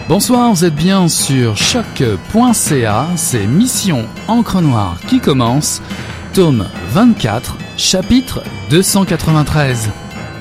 Bonsoir, vous êtes bien sur choc.ca, c'est Mission Encre Noire qui commence, tome 24, chapitre 293.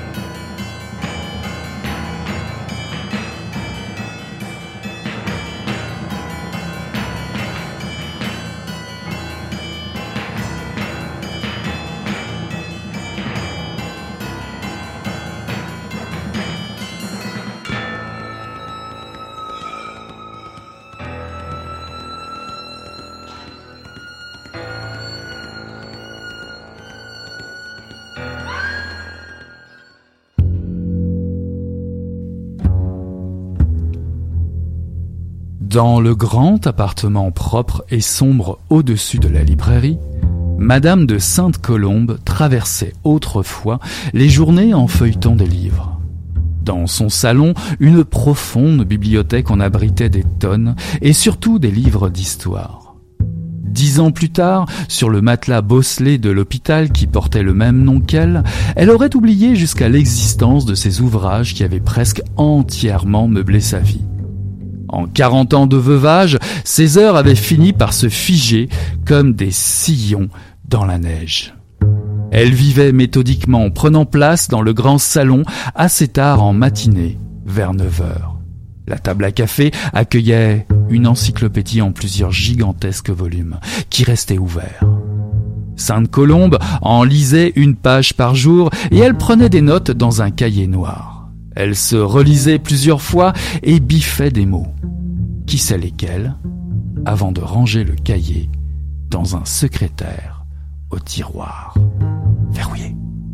Dans le grand appartement propre et sombre au-dessus de la librairie, Madame de Sainte-Colombe traversait autrefois les journées en feuilletant des livres. Dans son salon, une profonde bibliothèque en abritait des tonnes et surtout des livres d'histoire. 10 ans plus tard, sur le matelas bosselé de l'hôpital qui portait le même nom qu'elle, elle aurait oublié jusqu'à l'existence de ces ouvrages qui avaient presque entièrement meublé sa vie. En 40 ans de veuvage, ses heures avaient fini par se figer comme des sillons dans la neige. Elle vivait méthodiquement, prenant place dans le grand salon assez tard en matinée, vers 9 heures. La table à café accueillait une encyclopédie en plusieurs gigantesques volumes, qui restaient ouverts. Sainte-Colombe en lisait une page par jour et elle prenait des notes dans un cahier noir. Elle se relisait plusieurs fois et biffait des mots, qui sait lesquels, avant de ranger le cahier dans un secrétaire au tiroir verrouillé.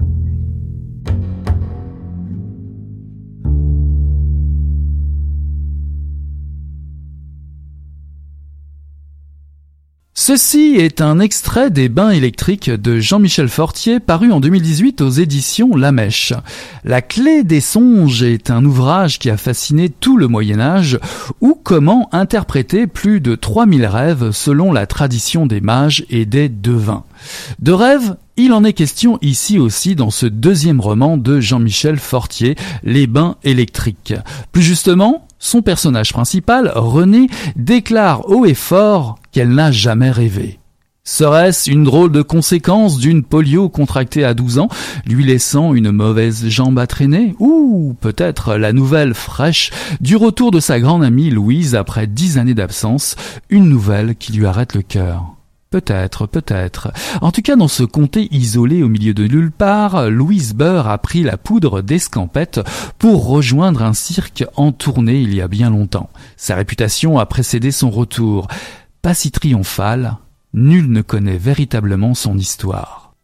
Ceci est un extrait des Bains électriques de Jean-Michel Fortier paru en 2018 aux éditions La Mèche. La clé des songes est un ouvrage qui a fasciné tout le Moyen-Âge ou comment interpréter plus de 3000 rêves selon la tradition des mages et des devins. De rêves, il en est question ici aussi dans ce deuxième roman de Jean-Michel Fortier, Les Bains électriques. Plus justement, son personnage principal, René, déclare haut et fort qu'elle n'a jamais rêvé. Serait-ce une drôle de conséquence d'une polio contractée à 12 ans, lui laissant une mauvaise jambe à traîner? Ou peut-être la nouvelle fraîche du retour de sa grande amie Louise après 10 années d'absence, une nouvelle qui lui arrête le cœur? Peut-être. En tout cas, dans ce comté isolé au milieu de nulle part, Louise Beurre a pris la poudre d'escampette pour rejoindre un cirque en tournée il y a bien longtemps. Sa réputation a précédé son retour. Pas si triomphale, nul ne connaît véritablement son histoire.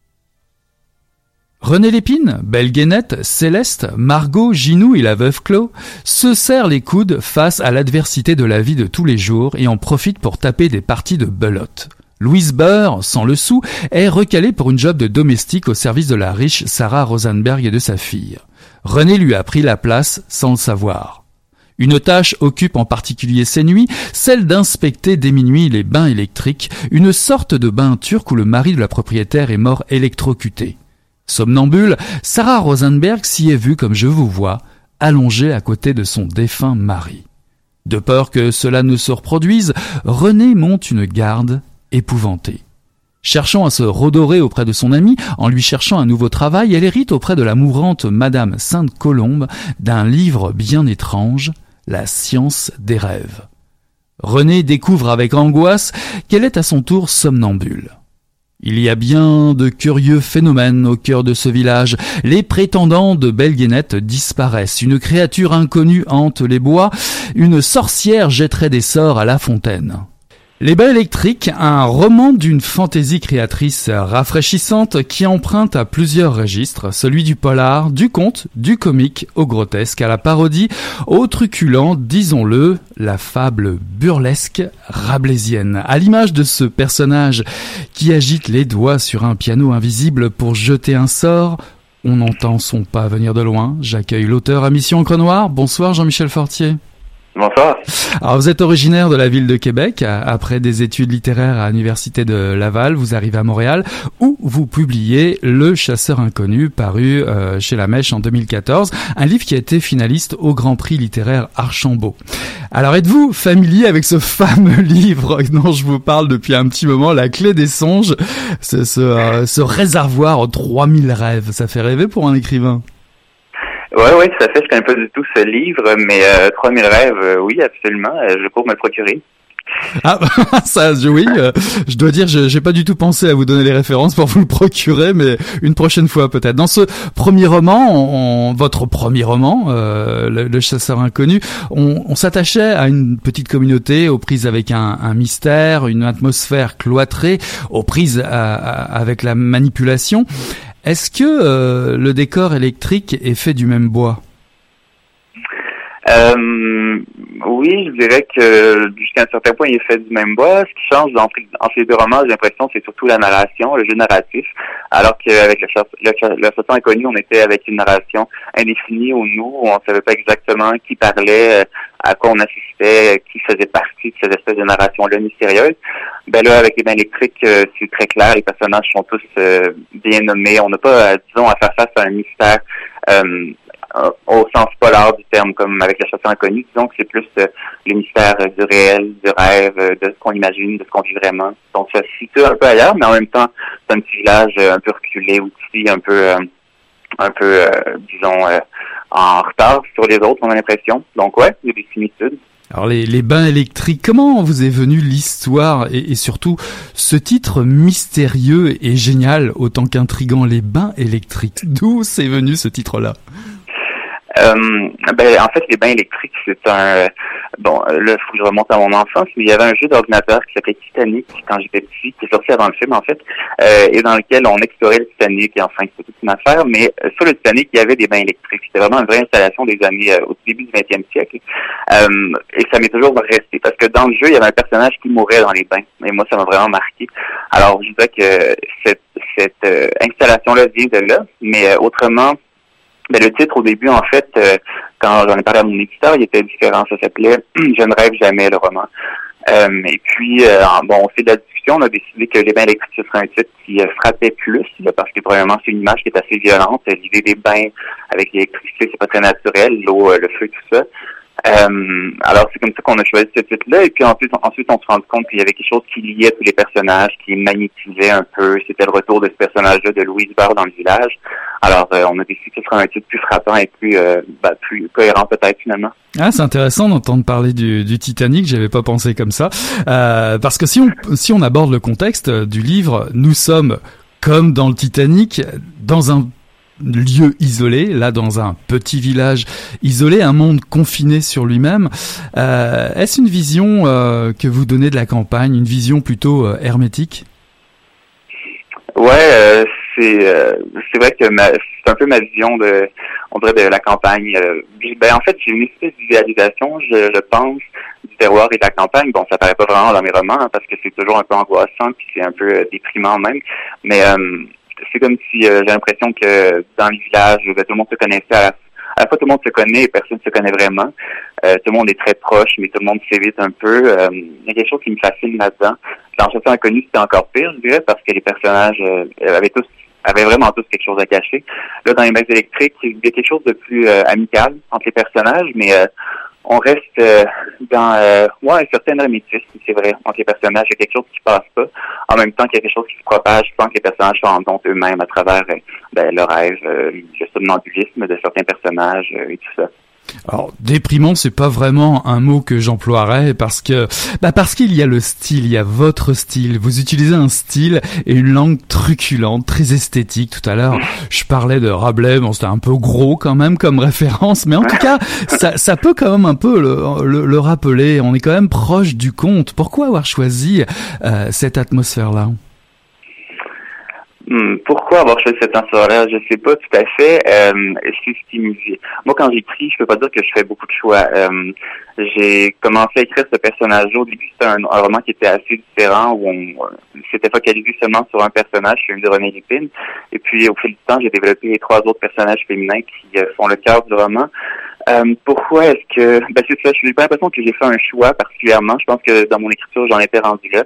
René Lépine, Belle Guénette, Céleste, Margot, Ginou et la veuve Clos se serrent les coudes face à l'adversité de la vie de tous les jours et en profitent pour taper des parties de belote. Louise Beurre, sans le sou, est recalée pour une job de domestique au service de la riche Sarah Rosenberg et de sa fille. René lui a pris la place sans le savoir. Une tâche occupe en particulier ses nuits, celle d'inspecter dès minuit les bains électriques, une sorte de bain turc où le mari de la propriétaire est mort électrocuté. Somnambule, Sarah Rosenberg s'y est vue comme je vous vois, allongée à côté de son défunt mari. De peur que cela ne se reproduise, René monte une garde épouvantée. Cherchant à se redorer auprès de son amie, en lui cherchant un nouveau travail, elle hérite auprès de la mourante Madame Sainte-Colombe d'un livre bien étrange, La science des rêves. René découvre avec angoisse qu'elle est à son tour somnambule. Il y a bien de curieux phénomènes au cœur de ce village. Les prétendants de Belle Guénette disparaissent. Une créature inconnue hante les bois. Une sorcière jetterait des sorts à La Fontaine. Les Bains électriques, un roman d'une fantaisie créatrice rafraîchissante qui emprunte à plusieurs registres, celui du polar, du conte, du comique, au grotesque, à la parodie, au truculent, disons-le, la fable burlesque rabelaisienne. À l'image de ce personnage qui agite les doigts sur un piano invisible pour jeter un sort, on entend son pas venir de loin. J'accueille l'auteur à Mission Encre Noire. Bonsoir Jean-Michel Fortier. Bonsoir. Alors vous êtes originaire de la ville de Québec. Après des études littéraires à l'université de Laval, vous arrivez à Montréal où vous publiez Le Chasseur inconnu, paru chez La Mèche en 2014, un livre qui a été finaliste au Grand Prix littéraire Archambault. Alors êtes-vous familier avec ce fameux livre dont je vous parle depuis un petit moment, La Clé des songes, ce réservoir aux 3000 rêves? Ça fait rêver pour un écrivain. Ouais, tout à fait. Je connais pas du tout ce livre, mais 3000 rêves, oui, absolument. Je cours me le procurer. Ah, ça, oui. Je dois dire, j'ai pas du tout pensé à vous donner les références pour vous le procurer, mais une prochaine fois peut-être. Dans ce premier roman, votre premier roman, le Chasseur inconnu, on s'attachait à une petite communauté aux prises avec un mystère, une atmosphère cloîtrée, aux prises avec la manipulation. Est-ce que le décor électrique est fait du même bois? Oui, je dirais que jusqu'à un certain point, il est fait du même bois. Ce qui change entre ces deux romans, j'ai l'impression, c'est surtout la narration, le jeu narratif. Alors qu'avec le Chasseur inconnu, on était avec une narration indéfinie où on savait pas exactement qui parlait, à quoi on assistait, qui faisait partie de cette espèce de narration-là mystérieuse. Ben là, avec les bains électriques, c'est très clair, les personnages sont tous bien nommés. On n'a pas, disons, à faire face à un mystère au sens polar du terme, comme avec Le Chasseur inconnu. Disons que c'est plus le mystère du réel, du rêve, de ce qu'on imagine, de ce qu'on vit vraiment. Donc ça se situe un peu ailleurs, mais en même temps, c'est un petit village un peu reculé aussi, un peu disons, en retard sur les autres, on a l'impression. Donc ouais, il y a des similitudes. Alors les bains électriques, comment vous est venue l'histoire et surtout ce titre mystérieux et génial autant qu'intriguant, les bains électriques? D'où c'est venu ce titre-là? En fait, les bains électriques, c'est là, il faut que je remonte à mon enfance, mais il y avait un jeu d'ordinateur qui s'appelait Titanic quand j'étais petit, qui est sorti avant le film, en fait, et dans lequel on explorait le Titanic, et enfin, c'était toute une affaire, mais sur le Titanic, il y avait des bains électriques. C'était vraiment une vraie installation des années, au début du 20e siècle. Et ça m'est toujours resté, parce que dans le jeu, il y avait un personnage qui mourait dans les bains, et moi, ça m'a vraiment marqué. Alors, je dirais que cette installation-là vient de là, mais autrement, le titre, au début, en fait, quand j'en ai parlé à mon éditeur, il était différent. Ça s'appelait « Je ne rêve jamais », le roman. Et puis, au fil de la discussion, on a décidé que les bains électriques, ce serait un titre qui frappait plus, là, parce que, premièrement, c'est une image qui est assez violente. L'idée des bains avec l'électricité, c'est pas très naturel. L'eau, le feu, tout ça. Alors c'est comme ça qu'on a choisi ce titre-là, et puis ensuite on s'est rendu compte qu'il y avait quelque chose qui liait tous les personnages, qui magnétisait un peu. C'était le retour de ce personnage-là de Louise Barre dans le village. Alors on a décidé que ce serait un titre plus frappant et plus cohérent peut-être finalement. Ah, c'est intéressant d'entendre parler du Titanic, j'avais pas pensé comme ça. Parce que si on aborde le contexte du livre, nous sommes comme dans le Titanic, dans un lieu isolé, là dans un petit village isolé, un monde confiné sur lui-même. Est-ce une vision que vous donnez de la campagne, une vision plutôt hermétique? Ouais, c'est vrai que c'est un peu ma vision de la campagne. En fait, j'ai une espèce d'idéalisation, je pense, du terroir et de la campagne. Bon, ça paraît pas vraiment dans mes romans, parce que c'est toujours un peu angoissant, puis c'est un peu déprimant même. Mais c'est comme si j'ai l'impression que dans les villages, tout le monde se connaissait à la fois tout le monde se connaît et personne ne se connaît vraiment. Tout le monde est très proche, mais tout le monde s'évite un peu. Il y a quelque chose qui me fascine là-dedans. Dans Le Chasseur inconnu, c'était encore pire, je dirais, parce que les personnages avaient vraiment tous quelque chose à cacher. Là, dans les bains électriques, il y a quelque chose de plus amical entre les personnages, mais on reste dans un certain hermétisme, c'est vrai, entre les personnages. Il y a quelque chose qui passe pas, en même temps qu'il y a quelque chose qui se propage sans que les personnages se rendent compte eux-mêmes à travers le rêve, le somnambulisme de certains personnages et tout ça. Alors, déprimant, c'est pas vraiment un mot que j'emploierais parce qu'il y a le style, il y a votre style. Vous utilisez un style et une langue truculente, très esthétique. Tout à l'heure, je parlais de Rabelais, bon, c'était un peu gros quand même comme référence, mais en tout cas, ça peut quand même un peu le rappeler. On est quand même proche du conte. Pourquoi avoir choisi cette atmosphère-là? Pourquoi avoir choisi cette atmosphère-là? Je sais pas tout à fait. C'est ce qui me dit. Moi, quand j'écris, je peux pas dire que je fais beaucoup de choix. J'ai commencé à écrire ce personnage-là. Au début, c'était un roman qui était assez différent, où on s'était focalisé seulement sur un personnage, celui de René Lépine. Et puis, au fil du temps, j'ai développé les 3 autres personnages féminins qui font le cœur du roman. Pourquoi est-ce que c'est ça, je n'ai pas l'impression que j'ai fait un choix particulièrement. Je pense que dans mon écriture, j'en étais rendu là.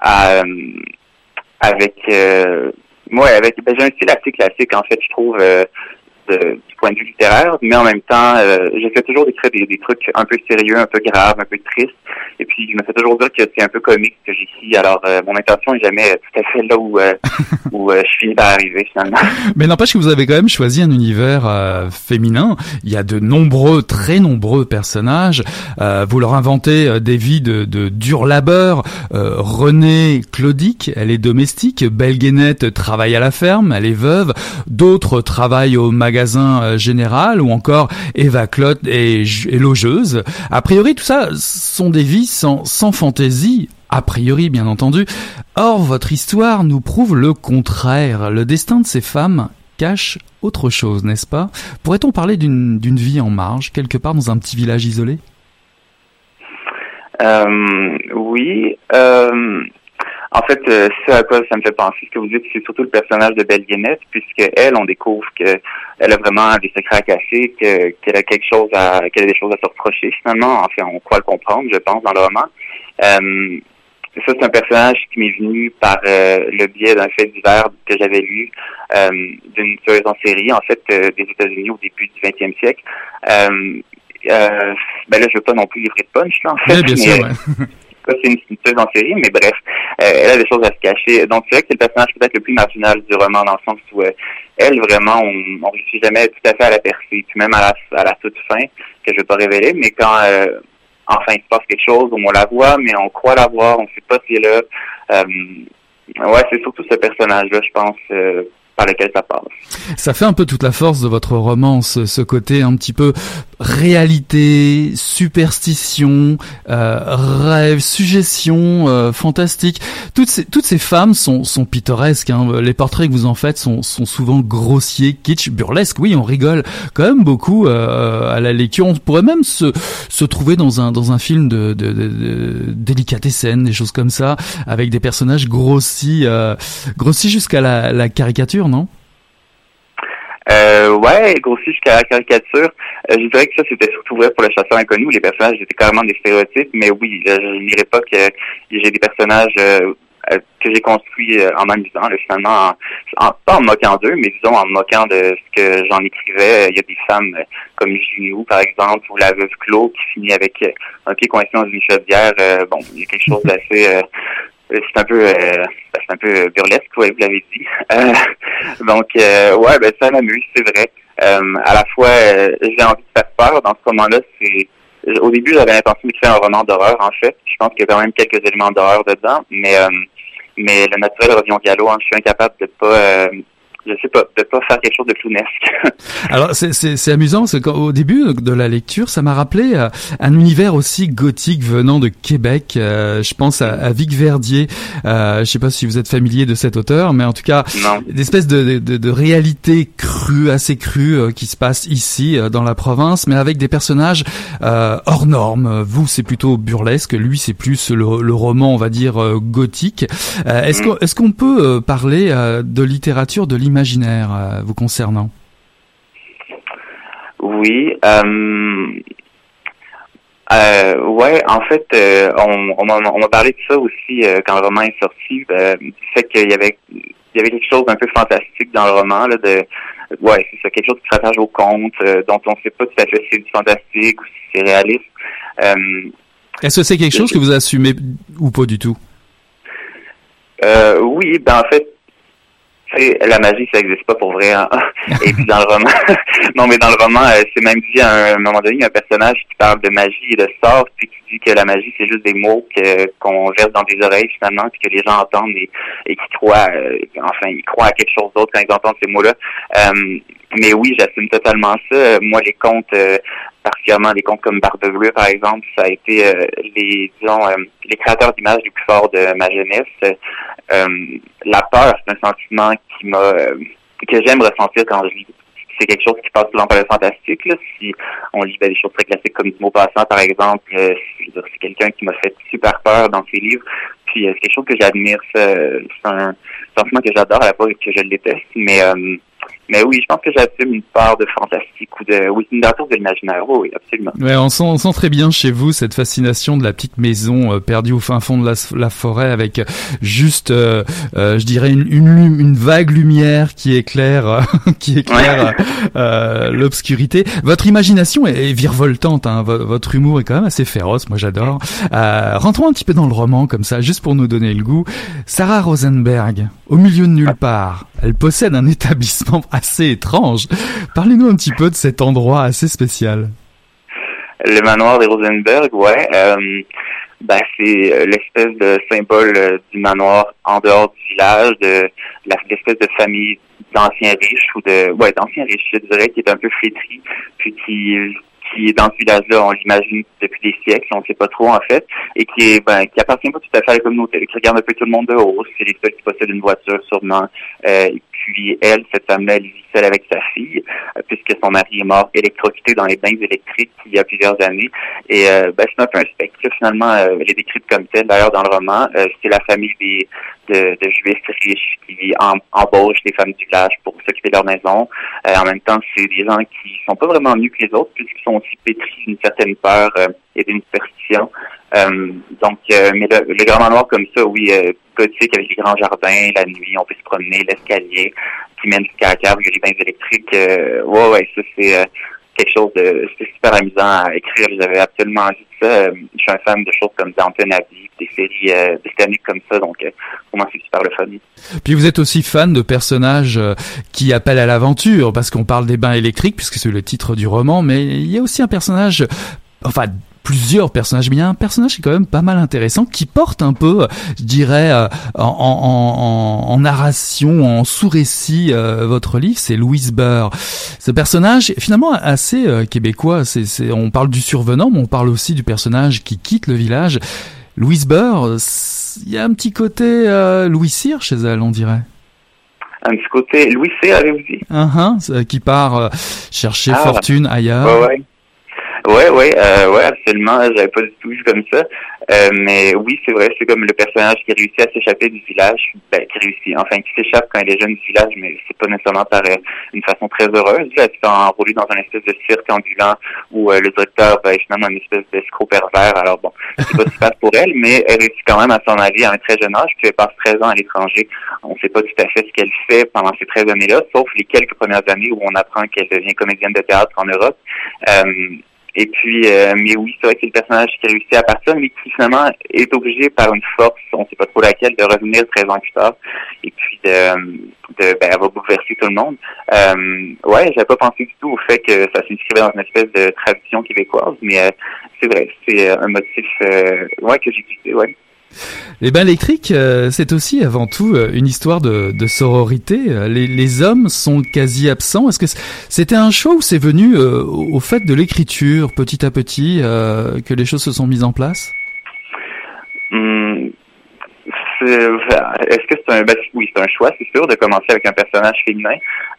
Avec j'ai un style assez classique en fait, je trouve, du point de vue littéraire, mais en même temps, j'essaie toujours d'écrire des trucs un peu sérieux, un peu graves, un peu tristes, et puis je me fais toujours dire que c'est un peu comique ce que j'écris, alors mon intention est jamais tout à fait là où je finis par arriver finalement. Mais n'empêche que vous avez quand même choisi un univers féminin, il y a très nombreux personnages, vous leur inventez des vies de dur labeur, Renée Claudic, elle est domestique, Belle Guénette travaille à la ferme, elle est veuve, d'autres travaillent au magasin général, ou encore Eva Clotte est logeuse. A priori, tout ça sont des vies sans fantaisie, a priori bien entendu. Or, votre histoire nous prouve le contraire. Le destin de ces femmes cache autre chose, n'est-ce pas? Pourrait-on parler d'une vie en marge, quelque part dans un petit village isolé? Oui. En fait, ce à quoi ça me fait penser, ce que vous dites, c'est surtout le personnage de Belle Guénette, puisque elle, on découvre qu'elle a vraiment des secrets à cacher, qu'elle a qu'elle a des choses à se reprocher finalement. Enfin, on croit le comprendre, je pense, dans le roman. Ça, c'est un personnage qui m'est venu par le biais d'un fait divers que j'avais lu d'une tueuse en série, en fait, des États-Unis au début du 20e siècle. Là, je veux pas non plus livrer de punch, là, en fait. Oui, bien sûr, ouais. C'est une tueuse en série, mais bref, elle a des choses à se cacher. Donc, c'est vrai que c'est le personnage peut-être le plus marginal du roman, dans le sens où elle, vraiment, on réussit jamais tout à fait à la percer. Puis même à la toute fin, que je vais pas révéler, mais quand enfin il se passe quelque chose, on la voit, mais on croit la voir, on sait pas si elle est là. Ouais, c'est surtout ce personnage-là, je pense, par lequel ça passe. Ça fait un peu toute la force de votre roman, ce côté un petit peu réalité, superstition, rêve, suggestion, fantastique. Toutes ces femmes sont pittoresques, hein. Les portraits que vous en faites sont souvent grossiers, kitsch, burlesques. Oui, on rigole quand même beaucoup à la lecture. On pourrait même se trouver dans un film de délicatessen, des choses comme ça, avec des personnages grossis jusqu'à la caricature, non? Ouais, grossi jusqu'à la caricature. Je dirais que ça, c'était surtout vrai pour le chasseur inconnu, où les personnages étaient carrément des stéréotypes, mais oui, je n'irais pas que j'ai des personnages que j'ai construits en m'amusant, finalement, pas en moquant d'eux, mais disons en moquant de ce que j'en écrivais. Il y a des femmes comme Junou, par exemple, ou la veuve Claude, qui finit avec un pied coincé dans une chaudière. Bon, il y a quelque chose d'assez... c'est un peu burlesque, ouais, vous l'avez dit. Donc, ouais, ça m'amuse, c'est vrai. À la fois, j'ai envie de faire peur. Dans ce roman-là, au début, j'avais l'intention d'écrire un roman d'horreur, en fait. Je pense qu'il y a quand même quelques éléments d'horreur dedans, mais le naturel revient au galop, hein. Je suis incapable de pas faire quelque chose de clownesque. Alors c'est amusant parce qu'au début de la lecture, ça m'a rappelé un univers aussi gothique venant de Québec. Je pense à Vic Verdier. Je sais pas si vous êtes familier de cet auteur, mais en tout cas, une espèce de réalité crue, assez crue, qui se passe ici dans la province, mais avec des personnages hors normes. Vous, c'est plutôt burlesque. Lui, c'est plus le roman, on va dire gothique. Est-ce qu'on peut parler de littérature de l'imaginaire vous concernant? Oui. Ouais, en fait, on m'a parlé de ça aussi quand le roman est sorti. Du fait qu'il y avait quelque chose d'un peu fantastique dans le roman, là, ouais, c'est ça, quelque chose qui se rattache au conte, dont on ne sait pas tout à fait si c'est du fantastique ou si c'est réaliste. Est-ce que c'est quelque chose que vous assumez ou pas du tout? Oui, en fait, la magie, ça n'existe pas pour vrai, hein. Et puis dans le roman, non, mais dans le roman, c'est même dit à un moment donné, il y a un personnage qui parle de magie et de sort, puis qui dit que la magie, c'est juste des mots qu'on verse dans des oreilles, finalement, puis que les gens entendent et qui croient, ils croient à quelque chose d'autre quand ils entendent ces mots-là. Mais oui, j'assume totalement ça. Moi, les contes, particulièrement les contes comme Barbe Bleue, par exemple, ça a été les créateurs d'images les plus forts de ma jeunesse. La peur, c'est un sentiment que j'aime ressentir quand je lis. C'est quelque chose qui passe souvent par le fantastique, là. Si on lit des choses très classiques comme du Maupassant, par exemple, c'est quelqu'un qui m'a fait super peur dans ses livres. Puis c'est quelque chose que j'admire. C'est un sentiment que j'adore à la fois et que je le déteste. Mais Mais oui, je pense que j'assume une part de fantastique ou une nature de l'imaginaire. Oui, absolument. Ouais, on sent très bien chez vous cette fascination de la petite maison perdue au fin fond de la forêt avec juste, je dirais, une vague lumière qui éclaire, l'obscurité. Votre imagination est virevoltante, hein. Votre humour est quand même assez féroce. Moi, j'adore. Rentrons un petit peu dans le roman, comme ça, juste pour nous donner le goût. Sarah Rosenberg, au milieu de nulle part, elle possède un établissement assez étrange. Parlez-nous un petit peu de cet endroit assez spécial. Le manoir des Rosenberg, ouais. C'est l'espèce de symbole du manoir en dehors du village, de l'espèce de famille d'anciens riches d'anciens riches, je dirais, qui est un peu flétrie, puis qui est dans ce village-là, on l'imagine depuis des siècles, on ne sait pas trop en fait, et qui appartient pas tout à fait à la communauté, qui regarde un peu tout le monde de haut, c'est les seuls qui possèdent une voiture sûrement, puis elle, cette femme-là, elle vit seule avec sa fille, puisque son mari est mort électrocuté dans les bains électriques il y a plusieurs années, et c'est un peu un spectre, finalement, elle est décrite comme telle, d'ailleurs dans le roman, c'est la famille de juifs riches qui embauchent les femmes du village pour s'occuper de leur maison. En même temps, c'est des gens qui sont pas vraiment mieux que les autres, puisqu'ils sont aussi pétris d'une certaine peur et d'une superstition. Mais le grand manoir comme ça, oui, gothique avec les grands jardins, la nuit, on peut se promener, l'escalier qui mène jusqu'à la cave, il y a les bains électriques. Ça c'est quelque chose c'est super amusant à écrire. J'avais absolument envie de ça. Je suis un fan de choses comme Downton Abbey, des séries britanniques comme ça, donc pour moi c'est super le fun. Puis vous êtes aussi fan de personnages qui appellent à l'aventure, parce qu'on parle des bains électriques, puisque c'est le titre du roman, mais il y a aussi un personnage, plusieurs personnages, mais il y a un personnage qui est quand même pas mal intéressant, qui porte un peu, je dirais, en narration, en sous-récit, votre livre, c'est Louise Burr. Ce personnage, finalement, assez québécois. On parle du survenant, mais on parle aussi du personnage qui quitte le village. Louise Burr, il y a un petit côté Louis Cyr chez elle, on dirait. Un petit côté Louis Cyr, avez-vous dit? Qui part chercher fortune ailleurs. Ouais, absolument. J'avais pas du tout vu comme ça. Mais oui, c'est vrai, c'est comme le personnage qui réussit à s'échapper du village, qui s'échappe quand il est jeune du village, mais c'est pas nécessairement par une façon très heureuse. Là, elle se fait enrouler dans un espèce de cirque ambulant où le directeur est finalement une espèce d'escroc pervers. Alors bon, c'est pas super pour elle, mais elle réussit quand même à s'en aller à un très jeune âge, puis elle passe 13 ans à l'étranger. On sait pas tout à fait ce qu'elle fait pendant ces 13 années-là, sauf les quelques premières années où on apprend qu'elle devient comédienne de théâtre en Europe. Et puis, mais oui, c'est vrai que c'est le personnage qui réussit à partir, mais qui finalement est obligé par une force, on sait pas trop laquelle, de revenir 13 ans plus tard. Et puis, elle va bouleverser tout le monde. J'avais pas pensé du tout au fait que ça s'inscrivait dans une espèce de tradition québécoise, mais c'est vrai, c'est un motif, que j'ai utilisé, ouais. Les bains électriques, c'est aussi avant tout une histoire de sororité. Les hommes sont quasi absents. Est-ce que c'était un choix ou c'est venu au fait de l'écriture, petit à petit, que les choses se sont mises en place? Est-ce que oui, c'est un choix, c'est sûr, de commencer avec un personnage féminin.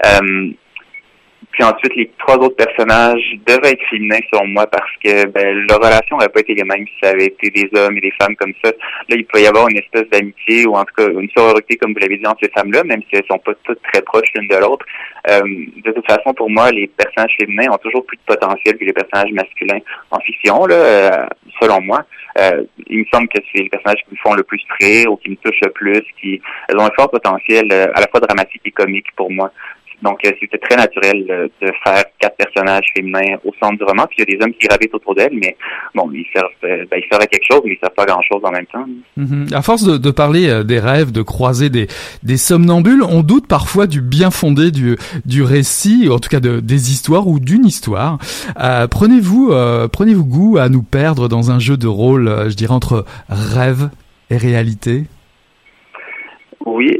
Puis ensuite, les 3 autres personnages devaient être féminins selon moi parce que leur relation n'aurait pas été les mêmes si ça avait été des hommes et des femmes comme ça. Là, il peut y avoir une espèce d'amitié ou en tout cas une sororité, comme vous l'avez dit, entre ces femmes-là, même si elles sont pas toutes très proches l'une de l'autre. De toute façon, pour moi, les personnages féminins ont toujours plus de potentiel que les personnages masculins en fiction, là, selon moi. Il me semble que c'est les personnages qui me font le plus rire ou qui me touchent le plus, elles ont un fort potentiel à la fois dramatique et comique pour moi. Donc, c'était très naturel de faire 4 personnages féminins au centre du roman. Puis il y a des hommes qui gravitent autour d'elle, mais bon, ils servent à quelque chose, mais ils servent pas à grand-chose en même temps. Mm-hmm. À force de parler des rêves, de croiser des somnambules, on doute parfois du bien fondé du récit, en tout cas des histoires ou d'une histoire. Prenez-vous goût à nous perdre dans un jeu de rôle, je dirais, entre rêve et réalité? Oui.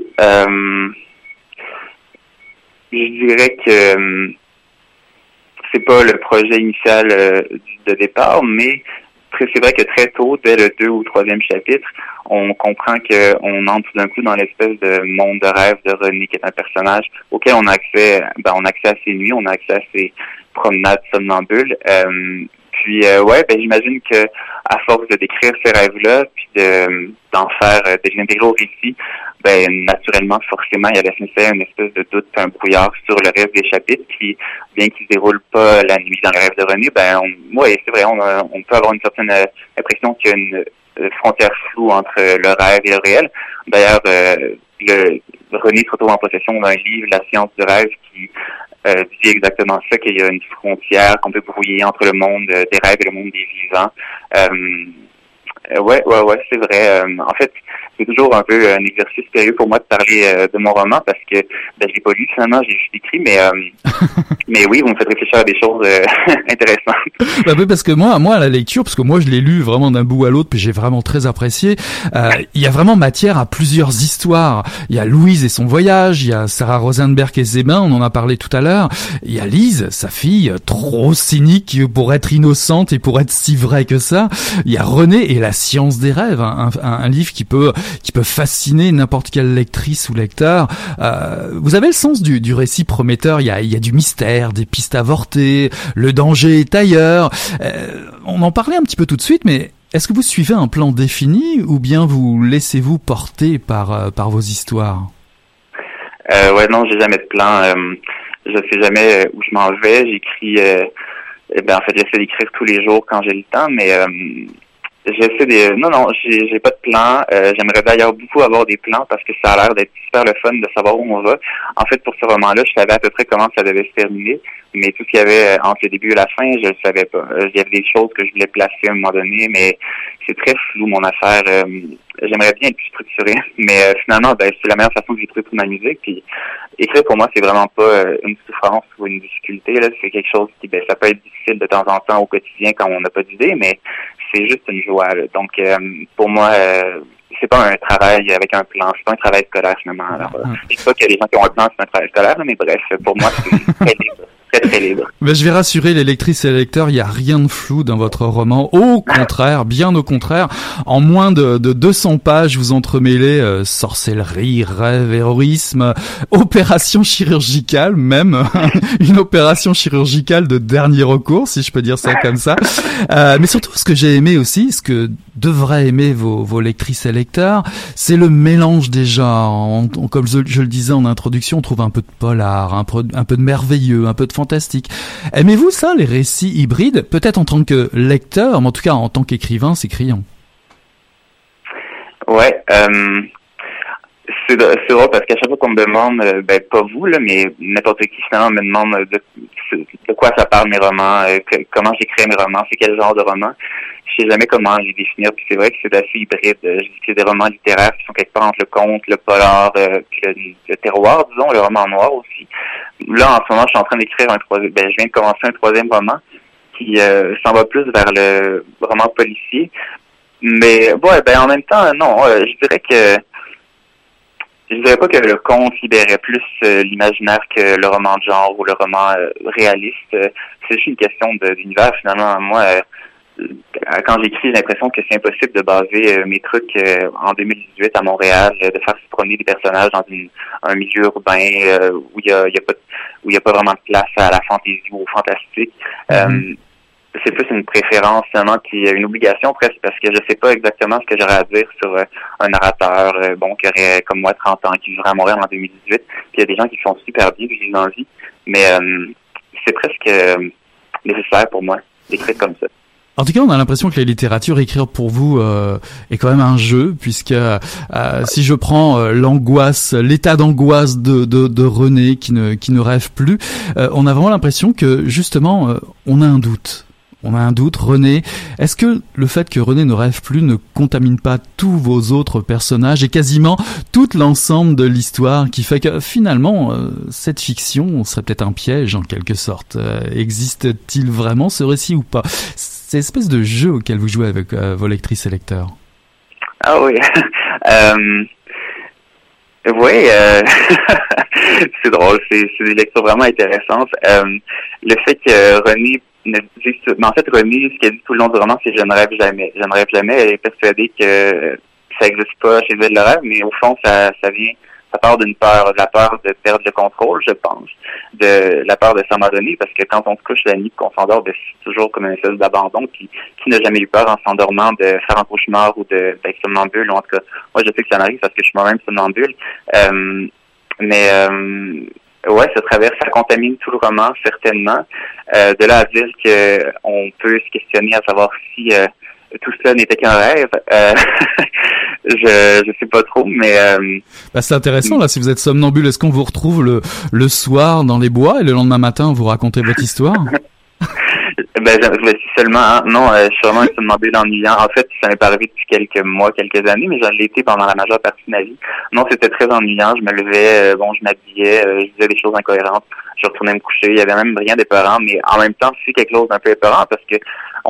Je dirais que c'est pas le projet initial de départ, mais c'est vrai que très tôt, dès le 2 ou 3e chapitre, on comprend qu'on entre tout d'un coup dans l'espèce de monde de rêve de René, qui est un personnage auquel on a accès à ses nuits, on a accès à ses promenades somnambules. J'imagine que à force de décrire ces rêves-là, puis d'en faire, de l'intégrer au récit, ben naturellement, forcément, il y avait s'installer une espèce de doute, un brouillard sur le reste des chapitres, qui, bien qu'ils se déroulent pas la nuit dans le rêve de René, c'est vrai, on peut avoir une certaine impression qu'il y a une frontière floue entre le rêve et le réel. D'ailleurs, René se retrouve en possession d'un livre, La science du rêve, qui dit exactement ça, qu'il y a une frontière qu'on peut brouiller entre le monde des rêves et le monde des vivants. Ouais, c'est vrai. En fait, c'est toujours un peu un exercice sérieux pour moi de parler de mon roman parce que je l'ai pas lu finalement, j'ai juste écrit, mais oui, vous me faites réfléchir à des choses intéressantes. Bah oui, parce que moi à la lecture, parce que moi je l'ai lu vraiment d'un bout à l'autre, puis j'ai vraiment très apprécié. Il y a vraiment matière à plusieurs histoires. Il y a Louise et son voyage, il y a Sarah Rosenberg et Zébin, on en a parlé tout à l'heure. Il y a Lise, sa fille, trop cynique pour être innocente et pour être si vraie que ça. Il y a René et la science des rêves, un livre qui peut fasciner n'importe quelle lectrice ou lecteur. Vous avez le sens du récit prometteur. Il y a du mystère, des pistes avortées, le danger est ailleurs. On en parlait un petit peu tout de suite, mais est-ce que vous suivez un plan défini ou bien vous laissez-vous porter par vos histoires? Non, j'ai jamais de plan. Je sais jamais où je m'en vais. J'écris. En fait, j'essaie d'écrire tous les jours quand j'ai le temps, mais non, j'ai pas de plan. J'aimerais d'ailleurs beaucoup avoir des plans parce que ça a l'air d'être super le fun de savoir où on va. En fait, pour ce roman-là, je savais à peu près comment ça devait se terminer, mais tout ce qu'il y avait entre le début et la fin, je le savais pas. Il y avait des choses que je voulais placer à un moment donné, mais c'est très flou mon affaire. J'aimerais bien être plus structuré, mais finalement, c'est la meilleure façon que j'ai trouvé pour m'amuser. Puis écrire pour moi, c'est vraiment pas une souffrance ou une difficulté. Là, c'est quelque chose qui, ça peut être difficile de temps en temps au quotidien quand on n'a pas d'idée, mais c'est juste une joie. Là. Donc, pour moi, c'est pas un travail avec un plan, c'est pas un travail scolaire finalement. Alors, je sais pas qu'il y a des gens qui ont un plan, c'est un travail scolaire, mais bref, pour moi, c'est très libre. Très libre. Mais je vais rassurer les lectrices et les lecteurs, il n'y a rien de flou dans votre roman. Au contraire, bien au contraire. En moins de 200 pages, vous entremêlez sorcellerie, rêve, héroïsme, opération chirurgicale même. Une opération chirurgicale de dernier recours, si je peux dire ça comme ça. Mais surtout, ce que j'ai aimé aussi, ce que devraient aimer vos lectrices et lecteurs, c'est le mélange des genres. Comme je le disais en introduction, on trouve un peu de polar, un peu de merveilleux, un peu de fantastique. Aimez-vous ça, les récits hybrides? Peut-être en tant que lecteur, mais en tout cas en tant qu'écrivain, c'est criant. Ouais, c'est drôle parce qu'à chaque fois qu'on me demande, pas vous là, mais n'importe qui finalement me demande de quoi ça parle mes romans, comment j'écris mes romans, c'est quel genre de roman. Je sais jamais comment les définir, puis c'est vrai que c'est assez hybride. Je dis que c'est des romans littéraires qui sont quelque part entre le conte, le polar, puis le terroir, disons, le roman noir aussi. Là, en ce moment, je suis en train d'écrire je viens de commencer un troisième roman qui s'en va plus vers le roman policier. Mais en même temps, non, je dirais pas que le conte libérait plus l'imaginaire que le roman de genre ou le roman réaliste. C'est juste une question d'univers finalement. Moi, quand j'écris, j'ai l'impression que c'est impossible de baser mes trucs en 2018 à Montréal, de faire se promener des personnages dans un milieu urbain où il y a pas vraiment de place à la fantaisie ou au fantastique. C'est plus une préférence finalement qui est une obligation presque parce que je sais pas exactement ce que j'aurais à dire sur un narrateur qui aurait comme moi 30 ans, qui vivrait à Montréal en 2018. Puis il y a des gens qui font super bien, qui vivent dans la vie, mais c'est presque nécessaire pour moi d'écrire comme ça. En tout cas, on a l'impression que la littérature, écrire pour vous, est quand même un jeu, puisque si je prends l'angoisse, l'état d'angoisse de René qui ne rêve plus, on a vraiment l'impression que justement, on a un doute. On a un doute, René. Est-ce que le fait que René ne rêve plus ne contamine pas tous vos autres personnages et quasiment tout l'ensemble de l'histoire qui fait que finalement, cette fiction serait peut-être un piège en quelque sorte? Existe-t-il vraiment ce récit ou pas? C'est l'espèce de jeu auquel vous jouez avec vos lectrices et lecteurs. Ah oui. Oui, c'est drôle. C'est des lectures vraiment intéressantes. Le fait que René René, ce qu'elle dit tout le long du roman, c'est je ne rêve jamais. Je ne rêve jamais. Elle est persuadée que ça n'existe pas chez elle le rêve, mais au fond, ça vient ça part d'une peur, de la peur de perdre le contrôle, je pense, de la peur de s'abandonner, parce que quand on se couche la nuit, qu'on s'endort, ben, c'est toujours comme une espèce d'abandon. Qui n'a jamais eu peur en s'endormant de faire un cauchemar ou d'être somnambule, ou en tout cas, moi je sais que ça m'arrive parce que je suis moi-même somnambule. Ouais, ça contamine tout le roman, certainement. De là à dire que on peut se questionner à savoir si tout cela n'était qu'un rêve. Je sais pas trop, mais c'est intéressant là. Si vous êtes somnambule, est-ce qu'on vous retrouve le soir dans les bois et le lendemain matin vous racontez votre histoire? Seulement, non, je suis vraiment un somnambule ennuyant. En fait, ça m'est pas arrivé depuis quelques mois, quelques années, mais j'en ai été pendant la majeure partie de ma vie. Non, c'était très ennuyant. Je me levais, je m'habillais, je disais des choses incohérentes. Je retournais me coucher. Il y avait même rien d'épeurant, mais en même temps, c'est quelque chose d'un peu épeurant parce que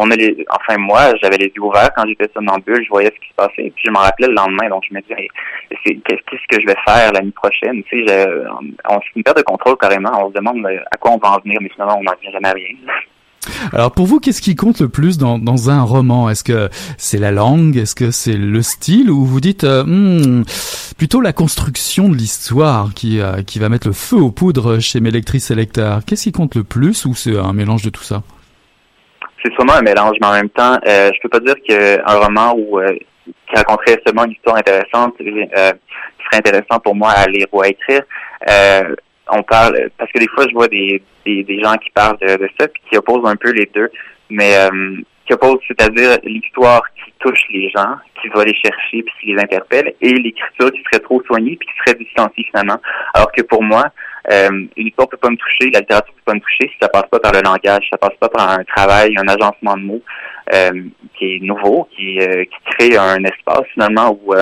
moi, j'avais les yeux ouverts quand j'étais somnambule. Je voyais ce qui se passait, puis je m'en rappelais le lendemain. Donc, je me disais, qu'est-ce que je vais faire la nuit prochaine? Tu sais, c'est une perte de contrôle carrément. On se demande à quoi on va en venir, mais finalement, on n'en vient jamais à rien. Alors pour vous, qu'est-ce qui compte le plus dans un roman? Est-ce que c'est la langue? Est-ce que c'est le style? Ou vous dites plutôt la construction de l'histoire qui va mettre le feu aux poudres chez mes lectrices et lecteurs? Qu'est-ce qui compte le plus ou c'est un mélange de tout ça? C'est sûrement un mélange, mais en même temps, je peux pas dire qu'un roman qui raconterait seulement une histoire intéressante serait intéressant pour moi à lire ou à écrire. On parle, parce que des fois je vois des gens qui parlent de ça puis qui opposent un peu les deux, mais qui opposent, c'est-à-dire l'histoire qui touche les gens, qui va les chercher puis qui les interpelle, et l'écriture qui serait trop soignée puis qui serait distanciée finalement. Alors que pour moi, une histoire peut pas me toucher, la littérature peut pas me toucher si ça passe pas par le langage, ça passe pas par un travail, un agencement de mots qui est nouveau, qui crée un espace finalement où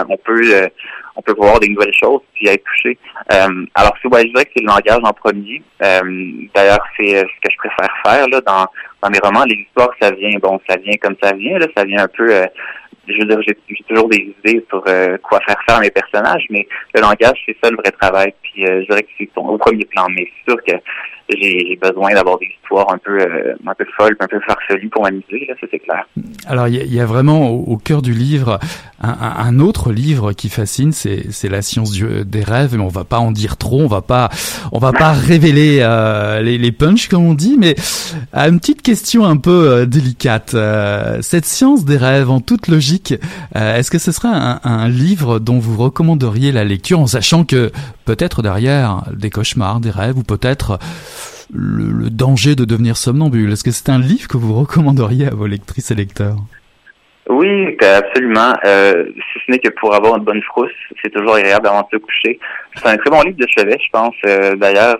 on peut voir des nouvelles choses puis être touché. Alors je dirais que c'est le langage en premier. D'ailleurs, c'est ce que je préfère faire là dans mes romans. Les histoires, ça vient comme ça vient. Là, ça vient un peu. Je veux dire, j'ai toujours des idées sur quoi faire à mes personnages, mais le langage, c'est ça le vrai travail. Puis je dirais que c'est au premier plan. Mais c'est sûr que j'ai besoin d'avoir des histoires un peu folles, un peu farfelues pour m'amuser, là, ça c'est clair. Alors il y a vraiment au cœur du livre un autre livre qui fascine, c'est La science des rêves, mais on va pas en dire trop, on va pas révéler les punchs comme on dit, mais une petite question un peu délicate. Cette science des rêves en toute logique, est-ce que ce serait un livre dont vous recommanderiez la lecture en sachant que peut-être derrière des cauchemars, des rêves ou peut-être le danger de devenir somnambule? Est-ce que c'est un livre que vous recommanderiez à vos lectrices et lecteurs? Oui, absolument. Si ce n'est que pour avoir une bonne frousse, c'est toujours agréable avant de se coucher. C'est un très bon livre de chevet, je pense. D'ailleurs,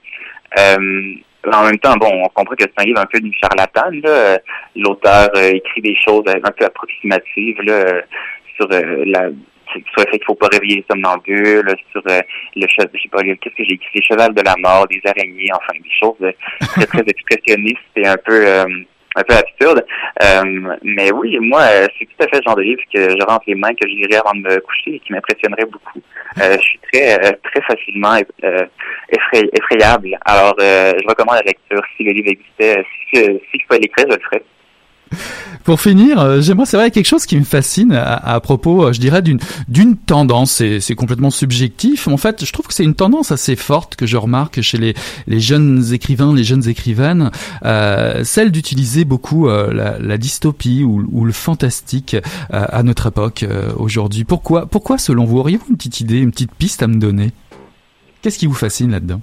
en même temps, on comprend que c'est un livre un peu du charlatan. Là. L'auteur écrit des choses un peu approximatives là, sur le fait qu'il faut pas réveiller les somnambules, sur qu'est-ce que j'ai écrit, les chevals de la mort, des araignées, enfin des choses très très expressionnistes et un peu absurdes. Mais oui, moi, c'est tout à fait le genre de livre que j'aurais entre les mains, que je lirais avant de me coucher et qui m'impressionnerait beaucoup. Je suis très facilement effrayable. Alors, je recommande la lecture. Si le livre existait, si je pouvais l'écrire, je le ferais. Pour finir, j'aimerais savoir quelque chose qui me fascine à propos, je dirais, d'une tendance. C'est complètement subjectif. En fait, je trouve que c'est une tendance assez forte que je remarque chez les jeunes écrivains, les jeunes écrivaines, celle d'utiliser beaucoup la dystopie ou le fantastique à notre époque aujourd'hui. Pourquoi, selon vous, auriez-vous une petite idée, une petite piste à me donner? Qu'est-ce qui vous fascine là-dedans?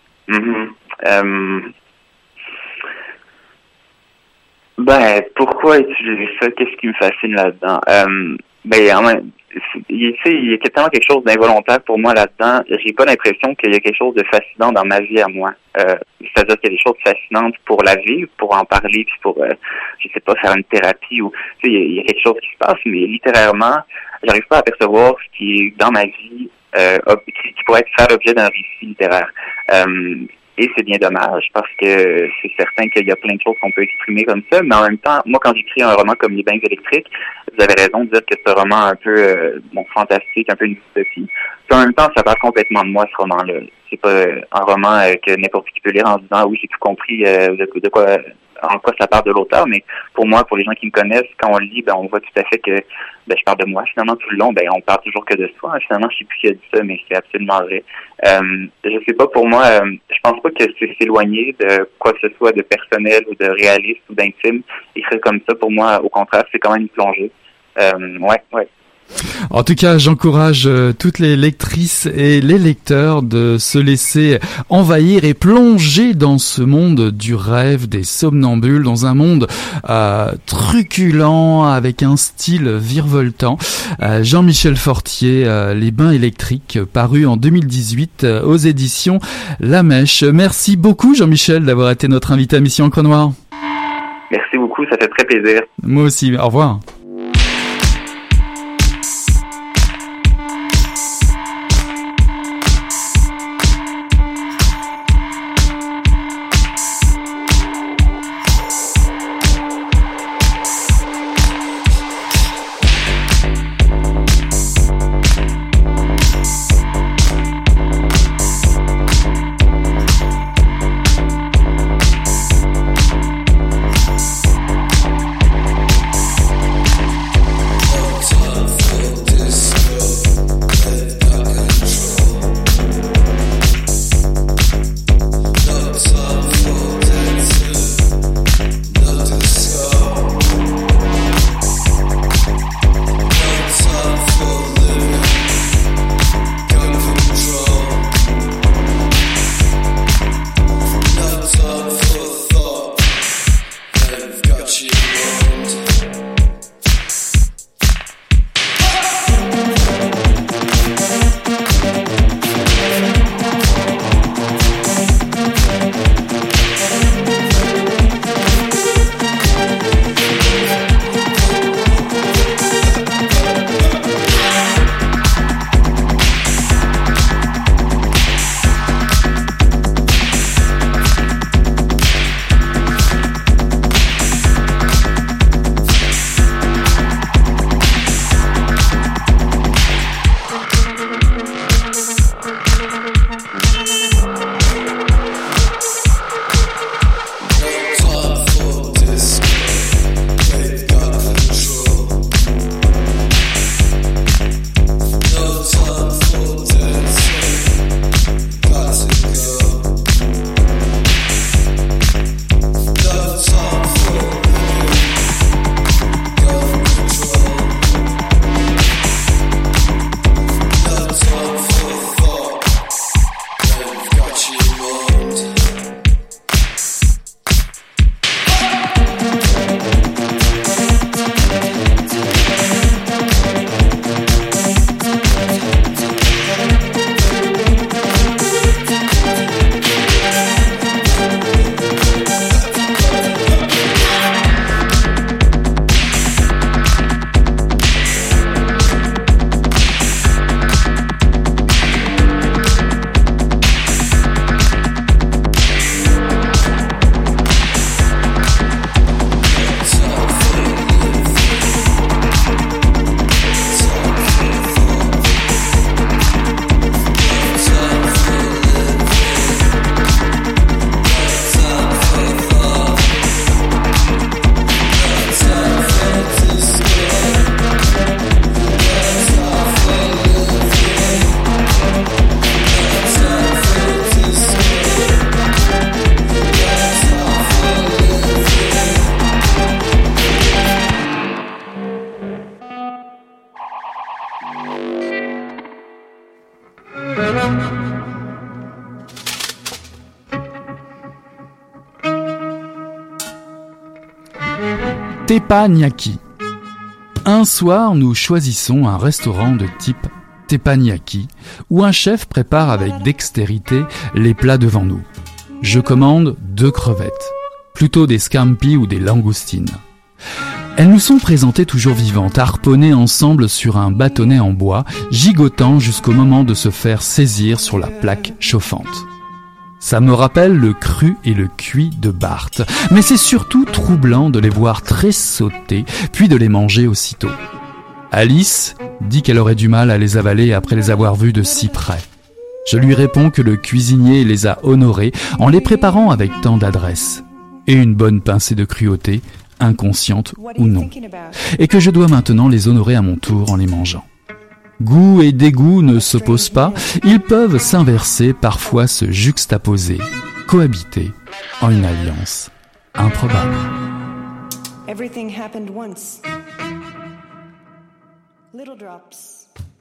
Pourquoi utiliser ça? Qu'est-ce qui me fascine là-dedans? Il y a tellement quelque chose d'involontaire pour moi là-dedans. J'ai pas l'impression qu'il y a quelque chose de fascinant dans ma vie à moi. C'est-à-dire qu'il y a des choses fascinantes pour la vie, pour en parler, puis pour, je sais pas, faire une thérapie ou, tu sais, il y a quelque chose qui se passe, mais littéralement, j'arrive pas à percevoir ce qui est dans ma vie, qui pourrait faire l'objet d'un récit littéraire. Et c'est bien dommage parce que c'est certain qu'il y a plein de choses qu'on peut exprimer comme ça, mais en même temps, moi quand j'écris un roman comme Les Bains électriques, vous avez raison de dire que c'est un roman un peu fantastique, un peu une dystopie. Puis en même temps, ça parle complètement de moi ce roman-là. C'est pas un roman que n'importe qui peut lire en se disant oui, j'ai tout compris de quoi en quoi ça part de l'auteur, mais pour moi, pour les gens qui me connaissent, quand on le lit, on voit tout à fait que je parle de moi. Finalement, tout le long, on parle toujours que de soi. Finalement, je sais plus qui a dit ça, mais c'est absolument vrai. Je sais pas, pour moi, je pense pas que c'est s'éloigner de quoi que ce soit de personnel ou de réaliste ou d'intime. Écrire comme ça, pour moi, au contraire, c'est quand même une plongée. Ouais. En tout cas, j'encourage toutes les lectrices et les lecteurs de se laisser envahir et plonger dans ce monde du rêve des somnambules, dans un monde truculent avec un style virevoltant. Jean-Michel Fortier, Les Bains électriques, paru en 2018 aux éditions La Mèche. Merci beaucoup Jean-Michel d'avoir été notre invité à Mission Encre Noire. Merci beaucoup, ça fait très plaisir. Moi aussi, au revoir. Teppanyaki. Un soir, nous choisissons un restaurant de type teppanyaki, où un chef prépare avec dextérité les plats devant nous. Je commande 2 crevettes, plutôt des scampi ou des langoustines. Elles nous sont présentées toujours vivantes, harponnées ensemble sur un bâtonnet en bois, gigotant jusqu'au moment de se faire saisir sur la plaque chauffante. Ça me rappelle le cru et le cuit de Barthes, mais c'est surtout troublant de les voir tressauter, puis de les manger aussitôt. Alice dit qu'elle aurait du mal à les avaler après les avoir vus de si près. Je lui réponds que le cuisinier les a honorés en les préparant avec tant d'adresse. et une bonne pincée de cruauté, inconsciente ou non, et que je dois maintenant les honorer à mon tour en les mangeant. Goût et dégoût ne s'opposent pas, ils peuvent s'inverser, parfois se juxtaposer, cohabiter en une alliance improbable. Everything happened once. Little drops.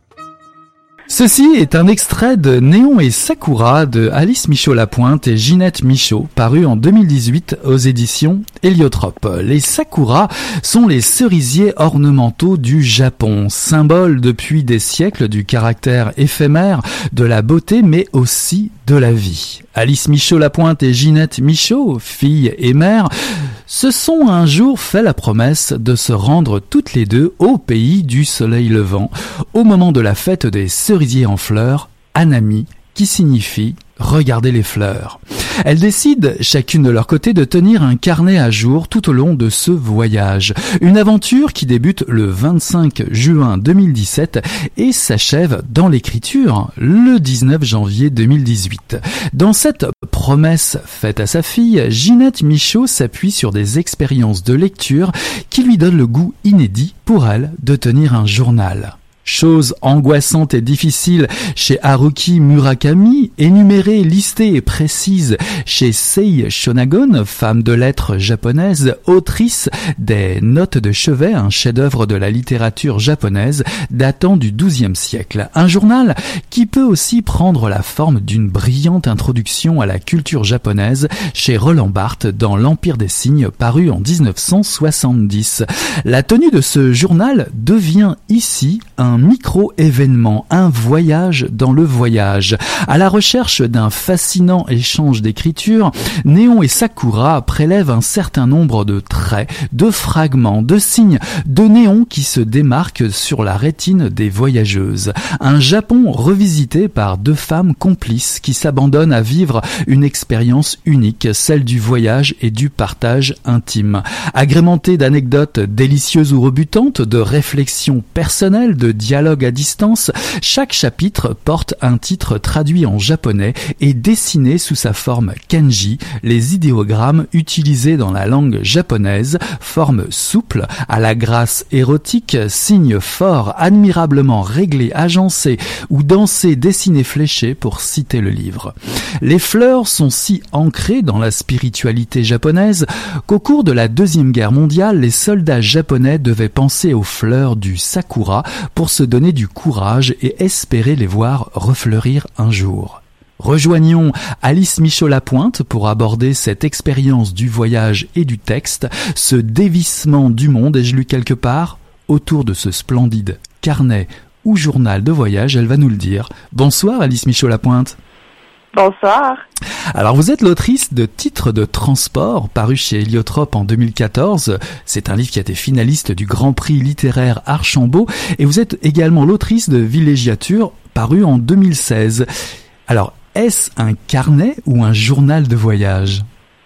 Ceci est un extrait de Néon et Sakura de Alice Michaud-Lapointe et Ginette Michaud, paru en 2018 aux éditions Héliotrope. Les sakura sont les cerisiers ornementaux du Japon, symbole depuis des siècles du caractère éphémère de la beauté mais aussi de la vie. Alice Michaud-Lapointe et Ginette Michaud, fille et mère, se sont un jour fait la promesse de se rendre toutes les deux au pays du soleil levant, au moment de la fête des cerisiers en fleurs, Hanami, qui signifie « regarder les fleurs ». Elles décident, chacune de leur côté, de tenir un carnet à jour tout au long de ce voyage. Une aventure qui débute le 25 juin 2017 et s'achève dans l'écriture le 19 janvier 2018. Dans cette promesse faite à sa fille, Ginette Michaud s'appuie sur des expériences de lecture qui lui donnent le goût inédit pour elle de tenir un journal. Chose angoissante et difficile chez Haruki Murakami, énumérée, listée et précise chez Sei Shonagon, femme de lettres japonaise, autrice des Notes de chevet, un chef-d'œuvre de la littérature japonaise datant du XIIe siècle. Un journal qui peut aussi prendre la forme d'une brillante introduction à la culture japonaise chez Roland Barthes dans L'Empire des signes, paru en 1970. La tenue de ce journal devient ici un micro-événement, un voyage dans le voyage. À la recherche d'un fascinant échange d'écriture, Néon et Sakura prélèvent un certain nombre de traits, de fragments, de signes, de néons qui se démarquent sur la rétine des voyageuses. Un Japon revisité par deux femmes complices qui s'abandonnent à vivre une expérience unique, celle du voyage et du partage intime. Agrémentée d'anecdotes délicieuses ou rebutantes, de réflexions personnelles, de dialogue à distance, chaque chapitre porte un titre traduit en japonais et dessiné sous sa forme kanji, les idéogrammes utilisés dans la langue japonaise, forme souple, à la grâce érotique, signes forts, admirablement réglés, agencés ou dansés, dessinés, fléchés, pour citer le livre. Les fleurs sont si ancrées dans la spiritualité japonaise qu'au cours de la Deuxième Guerre mondiale, les soldats japonais devaient penser aux fleurs du sakura pour se donner du courage et espérer les voir refleurir un jour. Rejoignons Alice Michaud-Lapointe pour aborder cette expérience du voyage et du texte, ce dévissement du monde, ai-je lu quelque part, autour de ce splendide carnet ou journal de voyage, elle va nous le dire. Bonsoir Alice Michaud-Lapointe. Bonsoir. Alors vous êtes l'autrice de Titres de transport, paru chez Héliotrope en 2014. C'est un livre qui a été finaliste du Grand Prix littéraire Archambault. Et vous êtes également l'autrice de Villégiature, paru en 2016. Alors, est-ce un carnet ou un journal de voyage ?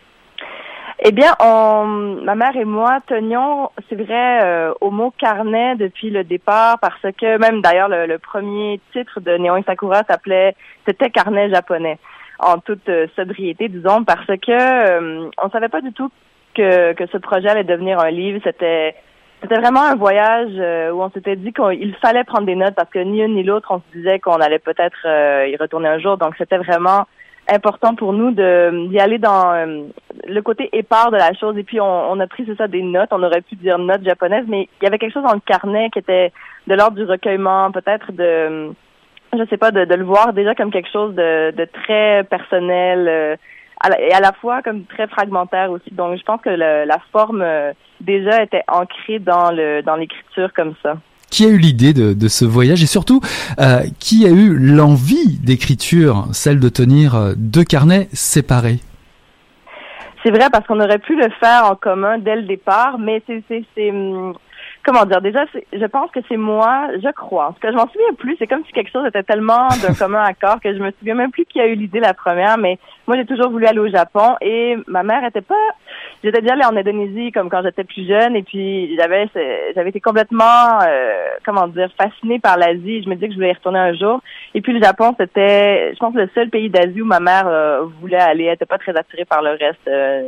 Eh bien, ma mère et moi tenions, c'est vrai, au mot carnet depuis le départ, parce que même d'ailleurs le premier titre de Néon et Sakura c'était Carnet japonais, en toute sobriété, disons, parce que on savait pas du tout que ce projet allait devenir un livre. C'était vraiment un voyage où on s'était dit qu'il fallait prendre des notes, parce que ni une ni l'autre, on se disait qu'on allait peut-être y retourner un jour. Donc c'était vraiment important pour nous d'y aller dans le côté épars de la chose. Et puis on a pris, c'est ça, des notes. On aurait pu dire notes japonaises, mais il y avait quelque chose dans le carnet qui était de l'ordre du recueillement, peut-être de, je sais pas, de le voir déjà comme quelque chose de très personnel et à la fois comme très fragmentaire aussi. Donc je pense que la forme déjà était ancrée dans l'écriture comme ça. Qui a eu l'idée de ce voyage et surtout, qui a eu l'envie d'écriture, celle de tenir deux carnets séparés? C'est vrai, parce qu'on aurait pu le faire en commun dès le départ, mais c'est comment dire, déjà, je pense que c'est moi, je crois. Parce que je m'en souviens plus, c'est comme si quelque chose était tellement d'un commun accord que je me souviens même plus qui a eu l'idée la première, mais moi, j'ai toujours voulu aller au Japon et ma mère j'étais déjà allée en Indonésie comme quand j'étais plus jeune et puis j'avais été complètement, fascinée par l'Asie. Je me disais que je voulais y retourner un jour. Et puis le Japon, c'était, je pense, le seul pays d'Asie où ma mère voulait aller. Elle était pas très attirée par le reste.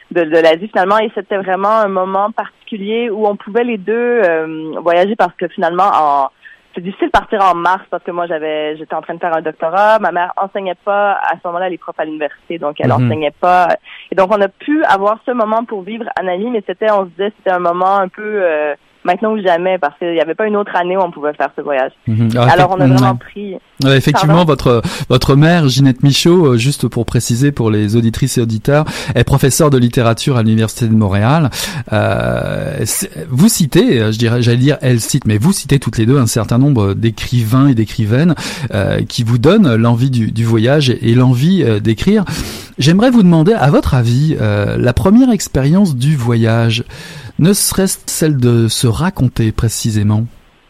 de l'Asie finalement, et c'était vraiment un moment particulier où on pouvait les deux voyager parce que finalement c'est difficile de partir en mars parce que moi j'étais en train de faire un doctorat, ma mère enseignait pas à ce moment-là, elle est prof à l'université, donc elle enseignait pas, et donc on a pu avoir ce moment pour vivre à Nali, mais on se disait c'était un moment un peu maintenant ou jamais, parce qu'il n'y avait pas une autre année où on pouvait faire ce voyage. Alors on a vraiment pris... effectivement, votre mère, Ginette Michaud, juste pour préciser pour les auditrices et auditeurs, est professeure de littérature à l'Université de Montréal. Vous citez, elle cite, mais vous citez toutes les deux un certain nombre d'écrivains et d'écrivaines qui vous donnent l'envie du voyage et l'envie d'écrire. J'aimerais vous demander, à votre avis, la première expérience du voyage, ne serait-ce celle de se raconter précisément?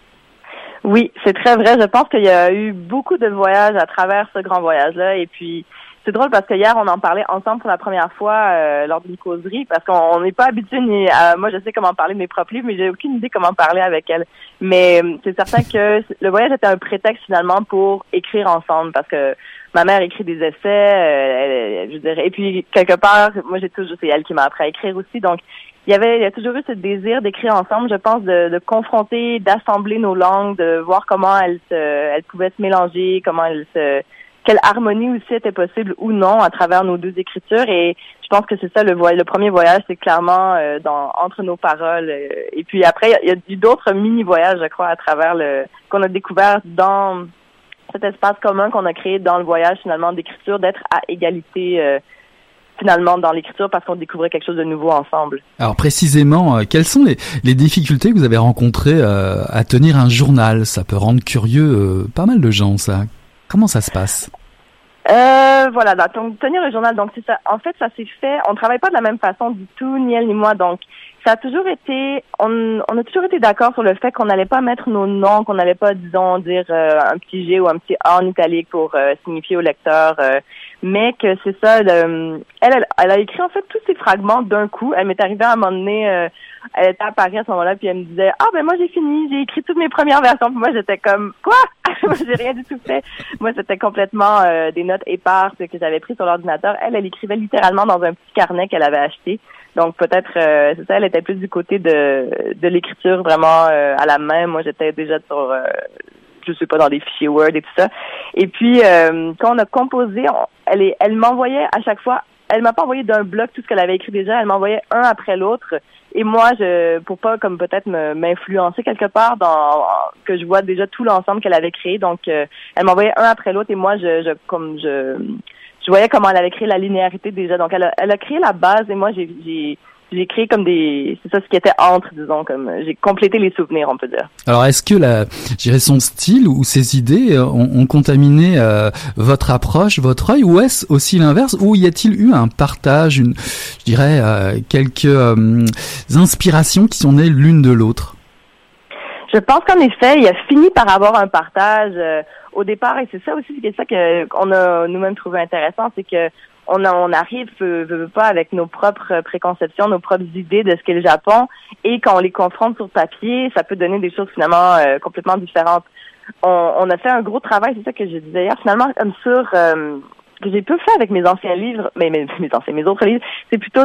Oui, c'est très vrai. Je pense qu'il y a eu beaucoup de voyages à travers ce grand voyage-là. Et puis, c'est drôle parce que hier, on en parlait ensemble pour la première fois lors d'une causerie, parce qu'on n'est pas habitué moi, je sais comment parler de mes propres livres, mais j'ai aucune idée comment parler avec elle. Mais c'est certain que le voyage était un prétexte finalement pour écrire ensemble, parce que ma mère écrit des essais, je dirais. Et puis, quelque part, moi, c'est elle qui m'a appris à écrire aussi. Donc, il y a toujours eu ce désir d'écrire ensemble, je pense, de confronter, d'assembler nos langues, de voir comment elles pouvaient se mélanger, quelle harmonie aussi était possible ou non à travers nos deux écritures. Et je pense que c'est ça le premier voyage, c'est clairement entre nos paroles. Et puis après, il y a eu d'autres mini-voyages, je crois, à travers qu'on a découvert dans cet espace commun qu'on a créé dans le voyage, finalement, d'écriture, d'être à égalité finalement dans l'écriture parce qu'on découvrait quelque chose de nouveau ensemble. Alors précisément, quelles sont les difficultés que vous avez rencontrées à tenir un journal? Ça peut rendre curieux pas mal de gens, ça. Comment ça se passe? Voilà, donc tenir le journal, donc c'est ça. En fait, ça s'est fait. On travaille pas de la même façon du tout, ni elle ni moi. Donc, ça a toujours été. On a toujours été d'accord sur le fait qu'on n'allait pas mettre nos noms, qu'on n'allait pas, disons, dire un petit G ou un petit A en italique pour signifier au lecteur. Mais que c'est ça. Elle a écrit en fait tous ces fragments d'un coup. Elle m'est arrivée à un moment donné. Elle était à Paris à ce moment-là, puis elle me disait « Ah, ben moi j'ai fini, j'ai écrit toutes mes premières versions. » Puis moi j'étais comme « Quoi? » Moi j'ai rien du tout fait. Moi c'était complètement des notes éparses que j'avais prises sur l'ordinateur. Elle écrivait littéralement dans un petit carnet qu'elle avait acheté. Donc peut-être, c'est ça, elle était plus du côté de l'écriture vraiment à la main. Moi j'étais déjà sur... je sais pas, dans des fichiers Word et tout ça. Et puis, quand on a composé, elle m'envoyait à chaque fois, elle m'a pas envoyé d'un bloc tout ce qu'elle avait écrit déjà, elle m'envoyait un après l'autre. Et moi, pour pas comme peut-être m'influencer quelque part que je vois déjà tout l'ensemble qu'elle avait créé. Donc, elle m'envoyait un après l'autre et moi, je voyais comment elle avait créé la linéarité déjà. Donc, elle a créé la base et moi, j'ai créé comme c'est ça ce qui était entre, disons, comme j'ai complété les souvenirs, on peut dire. Alors, est-ce que son style ou ses idées ont contaminé votre approche, votre œil, ou est-ce aussi l'inverse, ou y a-t-il eu un partage, quelques inspirations qui sont nées l'une de l'autre? Je pense qu'en effet, il a fini par avoir un partage au départ, et c'est ça aussi, c'est ça qu'on a nous-mêmes trouvé intéressant, c'est que on arrive pas avec nos propres préconceptions, nos propres idées de ce qu'est le Japon, et quand on les confronte sur papier, ça peut donner des choses finalement complètement différentes. On a fait un gros travail, c'est ça que je disais hier, finalement comme sur que j'ai peu fait avec mes anciens livres, mais mes autres livres, c'est plutôt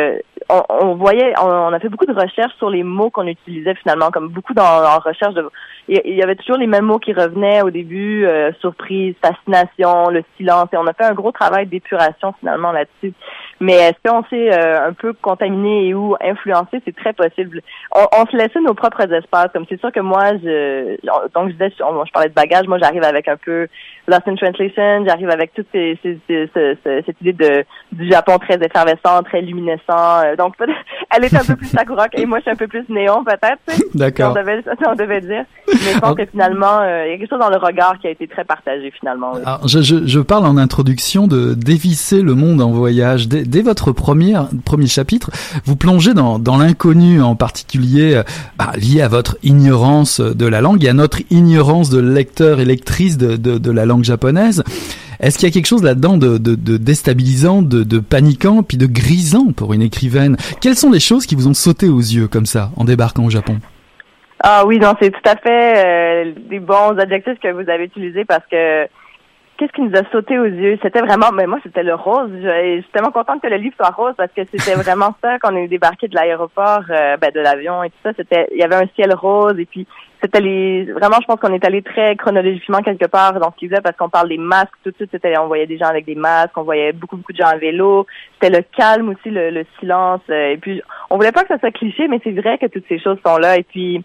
on a fait beaucoup de recherches sur les mots qu'on utilisait finalement, comme beaucoup en recherche il y avait toujours les mêmes mots qui revenaient au début, surprise, fascination, le silence, et on a fait un gros travail d'épuration finalement là-dessus. Mais est-ce qu'on s'est un peu contaminé ou influencé? C'est très possible. On se laissait nos propres espaces. Comme c'est sûr que moi, je parlais de bagage. Moi, j'arrive avec un peu Lost in Translation. J'arrive avec toute cette idée du Japon très effervescent, très luminescent. Donc, elle est un peu plus Sakura et moi, je suis un peu plus néon, peut-être. D'accord. On devait dire. Mais je pense que finalement, il y a quelque chose dans le regard qui a été très partagé finalement. Oui. Alors, je parle en introduction de dévisser le monde en voyage. Dès votre premier chapitre, vous plongez dans l'inconnu, en particulier lié à votre ignorance de la langue et à notre ignorance de lecteur et lectrice de la langue japonaise. Est-ce qu'il y a quelque chose là-dedans de déstabilisant, de paniquant, puis de grisant pour une écrivaine? Quelles sont les choses qui vous ont sauté aux yeux comme ça en débarquant au Japon? Ah oui, non, c'est tout à fait des bons adjectifs que vous avez utilisés parce que qu'est-ce qui nous a sauté aux yeux? C'était vraiment, mais moi, c'était le rose. Je suis tellement contente que le livre soit rose parce que c'était vraiment ça quand on est débarqué de l'aéroport, de l'avion et tout ça. Il y avait un ciel rose et puis vraiment, je pense qu'on est allé très chronologiquement quelque part dans ce livre-là parce qu'on parle des masques. Tout de suite, on voyait des gens avec des masques, on voyait beaucoup de gens à vélo. C'était le calme aussi, le silence. Et puis, on voulait pas que ça soit cliché, mais c'est vrai que toutes ces choses sont là. Et puis,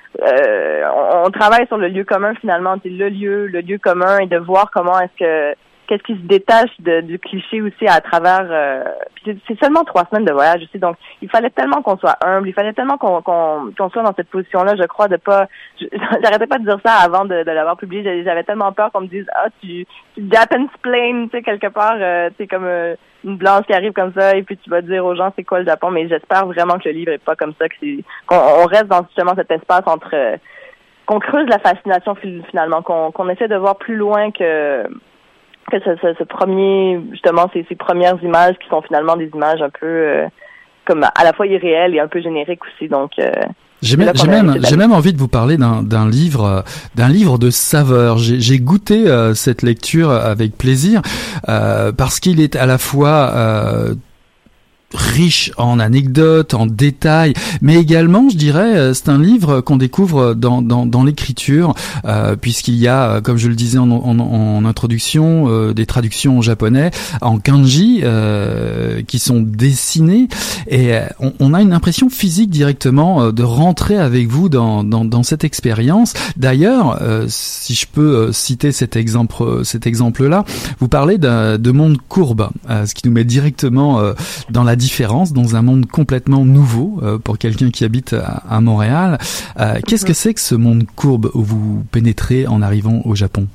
on travaille sur le lieu commun finalement, c'est le lieu commun et de voir comment qu'est-ce qui se détache du cliché aussi à travers puis c'est seulement 3 semaines de voyage aussi, donc il fallait tellement qu'on soit humble, il fallait tellement qu'on soit dans cette position-là, je crois, de pas j'arrêtais pas de dire ça avant de l'avoir publié, j'avais tellement peur qu'on me dise tu Japansplain, tu sais, quelque part, tu sais, comme une blanche qui arrive comme ça et puis tu vas dire aux gens c'est quoi le Japon, mais j'espère vraiment que le livre est pas comme ça, qu'on reste dans justement cet espace entre qu'on creuse la fascination finalement, qu'on essaie de voir plus loin que ce premier, justement, ces premières images qui sont finalement des images un peu comme à la fois irréelles et un peu génériques aussi. Donc j'ai même envie de vous parler d'un livre de saveur. J'ai goûté cette lecture avec plaisir parce qu'il est à la fois riche en anecdotes, en détails, mais également, je dirais, c'est un livre qu'on découvre dans l'écriture, puisqu'il y a, comme je le disais en introduction, des traductions en japonais, en kanji, qui sont dessinées, et on a une impression physique directement de rentrer avec vous dans cette expérience. D'ailleurs, si je peux citer cet exemple-là, vous parlez de monde courbe, ce qui nous met directement dans la différence, dans un monde complètement nouveau pour quelqu'un qui habite à Montréal. Qu'est-ce que c'est que ce monde courbe où vous pénétrez en arrivant au Japon?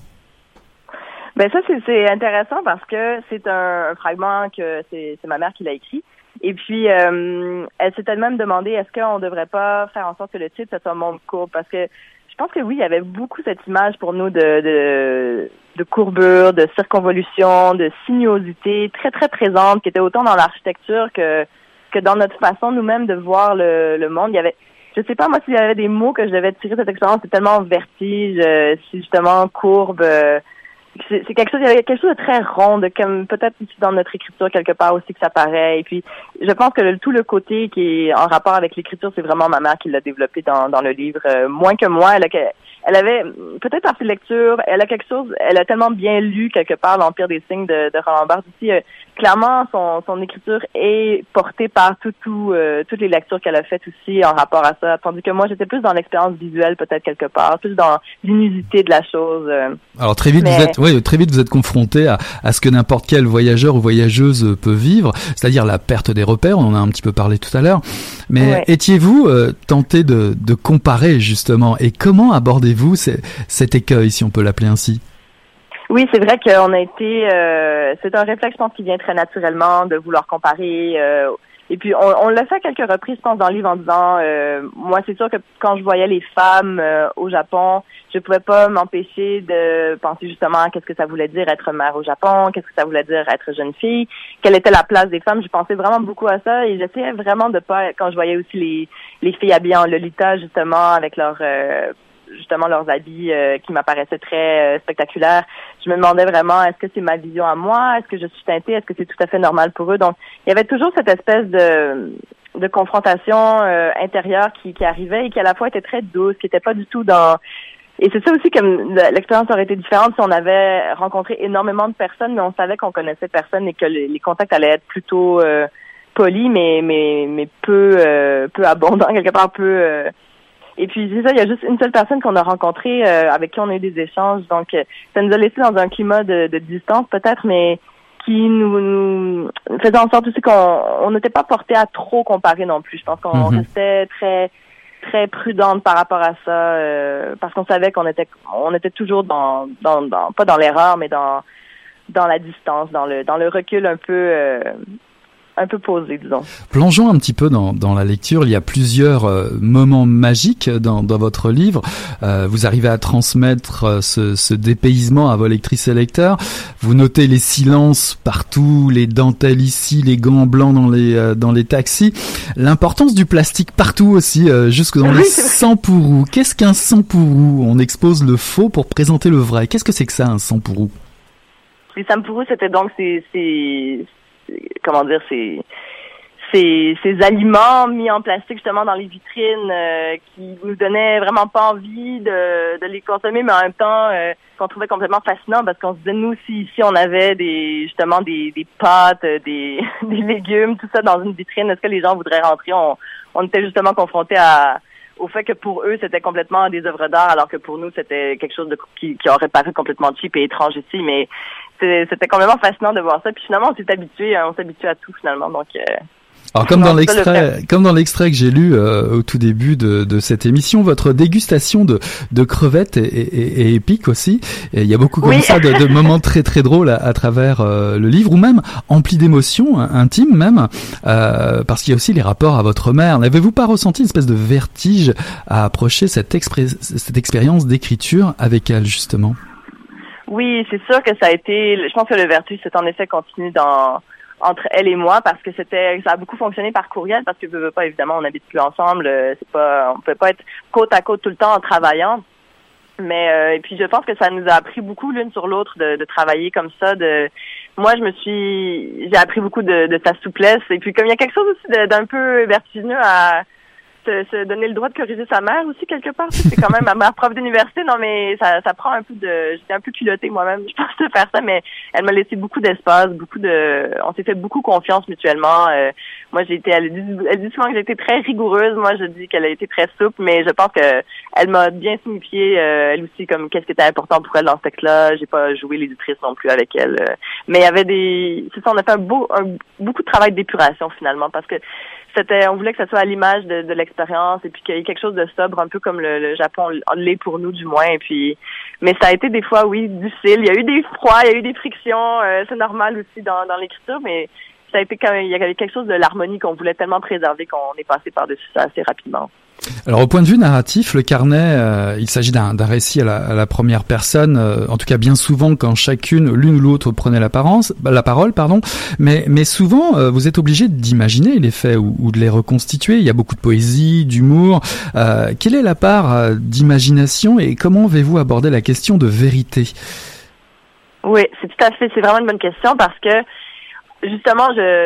Ben ça, c'est intéressant parce que c'est un fragment que c'est ma mère qui l'a écrit. Et puis, elle s'est elle-même demandé est-ce qu'on devrait pas faire en sorte que le titre soit un monde courbe, parce que je pense que oui, il y avait beaucoup cette image pour nous de courbure, de circonvolution, de sinuosité très très présente, qui était autant dans l'architecture que dans notre façon nous-mêmes de voir le monde. Il y avait, je sais pas moi s'il y avait des mots que je devais tirer de cette expérience, c'est tellement vertige, si justement courbe. C'est quelque chose, il y avait quelque chose de très rond, comme peut-être ici dans notre écriture quelque part aussi que ça paraît. Et puis, je pense que tout le côté qui est en rapport avec l'écriture, c'est vraiment ma mère qui l'a développé dans le livre, moins que moi. Elle avait, peut-être par ses lectures, elle a quelque chose, elle a tellement bien lu quelque part l'Empire des signes de Roland Barthes aussi. Clairement, son écriture est portée par toutes les lectures qu'elle a faites aussi en rapport à ça. Tandis que moi, j'étais plus dans l'expérience visuelle peut-être quelque part, plus dans l'inusité de la chose. Alors très vite vous êtes confronté à ce que n'importe quel voyageur ou voyageuse peut vivre, c'est-à-dire la perte des repères. On en a un petit peu parlé tout à l'heure. Mais étiez-vous tenté de comparer justement, et comment abordez-vous cet écueil, si on peut l'appeler ainsi? Oui, c'est vrai qu'on a été... c'est un réflexe, je pense, qui vient très naturellement de vouloir comparer. Et puis, on l'a fait à quelques reprises, je pense, dans le livre en disant... moi, c'est sûr que quand je voyais les femmes au Japon, je pouvais pas m'empêcher de penser justement à qu'est-ce que ça voulait dire être mère au Japon, qu'est-ce que ça voulait dire être jeune fille, quelle était la place des femmes. Je pensais vraiment beaucoup à ça et j'essayais vraiment de pas... Quand je voyais aussi les filles habillées en Lolita, justement, avec leurs habits qui m'apparaissaient très spectaculaires. Je me demandais vraiment, est-ce que c'est ma vision à moi? Est-ce que je suis teintée? Est-ce que c'est tout à fait normal pour eux? Donc, il y avait toujours cette espèce de confrontation intérieure qui arrivait et qui à la fois était très douce, qui était pas du tout dans... Et c'est ça aussi, comme l'expérience aurait été différente si on avait rencontré énormément de personnes, mais on savait qu'on connaissait personne et que les contacts allaient être plutôt polis, mais peu abondants, quelque part peu... Et puis, c'est ça, il y a juste une seule personne qu'on a rencontrée, avec qui on a eu des échanges. Donc, ça nous a laissé dans un climat de distance, peut-être, mais qui nous faisait en sorte aussi qu'on n'était pas porté à trop comparer non plus. Je pense qu'on restait très, très prudente par rapport à ça, parce qu'on savait qu'on était toujours pas dans l'erreur, mais dans la distance, dans le recul un peu posé, disons. Plongeons un petit peu dans la lecture. Il y a plusieurs moments magiques dans votre livre. Vous arrivez à transmettre ce dépaysement à vos lectrices et lecteurs. Vous notez les silences partout, les dentelles ici, les gants blancs dans les taxis. L'importance du plastique partout aussi, jusque dans les sans-pourous. Qu'est-ce qu'un sans-pourou? On expose le faux pour présenter le vrai. Qu'est-ce que c'est que ça, un sans-pourou? Les Sampuru, c'était donc ces aliments mis en plastique justement dans les vitrines qui nous donnaient vraiment pas envie de les consommer, mais en même temps qu'on trouvait complètement fascinant parce qu'on se disait, nous, si ici on avait des pâtes, des légumes, tout ça dans une vitrine, est-ce que les gens voudraient rentrer? On était justement confrontés au fait que pour eux, c'était complètement des œuvres d'art, alors que pour nous, c'était quelque chose qui aurait paru complètement cheap et étrange ici, mais c'était complètement fascinant de voir ça. Puis finalement, on s'habitue à tout finalement, donc... Alors comme dans l'extrait que j'ai lu au tout début de cette émission, votre dégustation de crevettes est épique aussi. Et il y a beaucoup comme ça de moments très très drôles à travers le livre, ou même empli d'émotions intimes même, parce qu'il y a aussi les rapports à votre mère. N'avez-vous pas ressenti une espèce de vertige à approcher cette expérience d'écriture avec elle justement? Oui, c'est sûr que ça a été. Je pense que le vertige s'est en effet continué entre elle et moi parce que ça a beaucoup fonctionné par courriel parce que veut pas évidemment on n'habite plus ensemble, on peut pas être côte à côte tout le temps en travaillant, mais et puis je pense que ça nous a appris beaucoup l'une sur l'autre de travailler comme ça. Moi j'ai appris beaucoup de sa souplesse et puis comme il y a quelque chose aussi d'un peu vertigineux à se donner le droit de corriger sa mère aussi quelque part. C'est quand même ma prof d'université, non mais ça prend un peu j'étais un peu culottée moi-même, je pense, de faire ça, mais elle m'a laissé beaucoup d'espace, on s'est fait beaucoup confiance mutuellement. Moi elle dit souvent que j'ai été très rigoureuse, moi je dis qu'elle a été très souple, mais je pense que elle m'a bien signifié elle aussi comme qu'est-ce qui était important pour elle dans ce texte-là. J'ai pas joué l'éditrice non plus avec elle, mais il y avait on a fait beaucoup de travail d'épuration finalement parce que on voulait que ça soit à l'image de l'expérience et puis qu'il y ait quelque chose de sobre, un peu comme le Japon l'est pour nous du moins. Et puis, mais ça a été des fois, oui, difficile. Il y a eu des froids, il y a eu des frictions. C'est normal aussi dans l'écriture, mais ça a été quand même, il y avait quelque chose de l'harmonie qu'on voulait tellement préserver qu'on est passé par-dessus ça assez rapidement. Alors au point de vue narratif, le carnet, il s'agit d'un récit à la première personne, en tout cas bien souvent quand l'une ou l'autre prenait la parole, mais souvent vous êtes obligé d'imaginer les faits ou de les reconstituer. Il y a beaucoup de poésie, d'humour. Quelle est la part d'imagination et comment avez-vous abordé la question de vérité? Oui, c'est vraiment une bonne question parce que justement,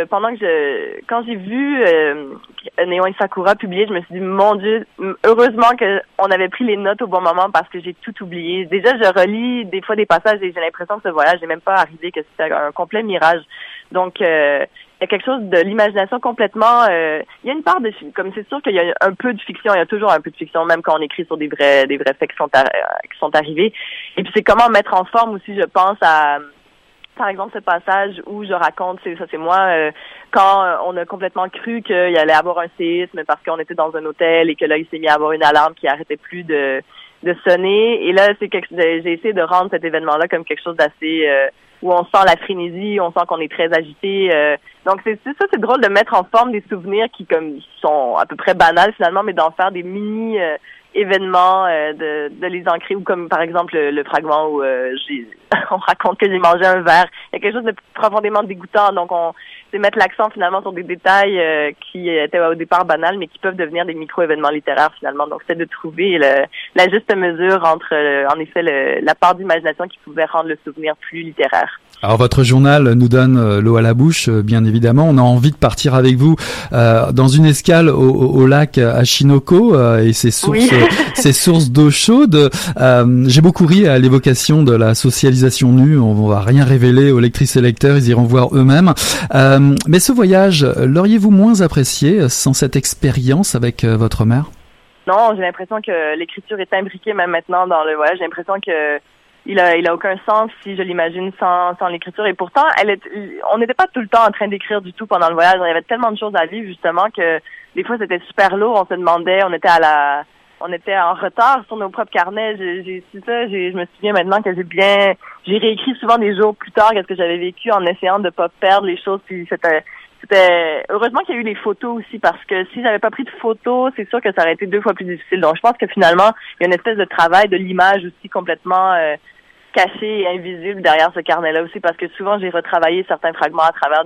quand j'ai vu Néon et Sakura publier, je me suis dit, mon Dieu, heureusement qu'on avait pris les notes au bon moment parce que j'ai tout oublié. Déjà, je relis des fois des passages et j'ai l'impression que ce voyage n'est même pas arrivé, que c'était un complet mirage. Donc, il y a quelque chose de l'imagination complètement. Il y a une part comme c'est sûr qu'il y a un peu de fiction, il y a toujours un peu de fiction, même quand on écrit sur des vrais faits qui sont arrivés. Et puis c'est comment mettre en forme aussi, je pense à. Par exemple, ce passage où je raconte, c'est moi, quand on a complètement cru qu'il allait avoir un séisme parce qu'on était dans un hôtel et que là, il s'est mis à avoir une alarme qui arrêtait plus de sonner. Et là, j'ai essayé de rendre cet événement-là comme quelque chose d'assez, où on sent la frénésie, on sent qu'on est très agité. Donc, c'est drôle de mettre en forme des souvenirs qui sont à peu près banals finalement, mais d'en faire des mini, événements, de les ancrer, ou comme par exemple le fragment où on raconte que j'ai mangé un verre. Il y a quelque chose de profondément dégoûtant, donc c'est mettre l'accent finalement sur des détails qui étaient au départ banals mais qui peuvent devenir des micro-événements littéraires finalement. Donc c'est de trouver la juste mesure entre en effet la part d'imagination qui pouvait rendre le souvenir plus littéraire. Alors votre journal nous donne l'eau à la bouche, bien évidemment. On a envie de partir avec vous dans une escale au lac Ashinoko et ses sources d'eau chaude. J'ai beaucoup ri à l'évocation de la socialisation nue. On va rien révéler aux lectrices et lecteurs, ils iront voir eux-mêmes. Mais ce voyage, l'auriez-vous moins apprécié sans cette expérience avec votre mère? Non, j'ai l'impression que l'écriture est imbriquée même maintenant dans le voyage. J'ai l'impression que il a aucun sens si je l'imagine sans l'écriture. Et pourtant, on n'était pas tout le temps en train d'écrire du tout pendant le voyage. Il y avait tellement de choses à vivre justement que des fois c'était super lourd. On se demandait, on était en retard sur nos propres carnets. Je me souviens maintenant que j'ai réécrit souvent des jours plus tard qu'est-ce que j'avais vécu en essayant de pas perdre les choses. Puis c'était heureusement qu'il y a eu les photos aussi parce que si j'avais pas pris de photos, c'est sûr que ça aurait été 2 fois plus difficile. Donc je pense que finalement, il y a une espèce de travail de l'image aussi complètement caché et invisible derrière ce carnet-là aussi parce que souvent j'ai retravaillé certains fragments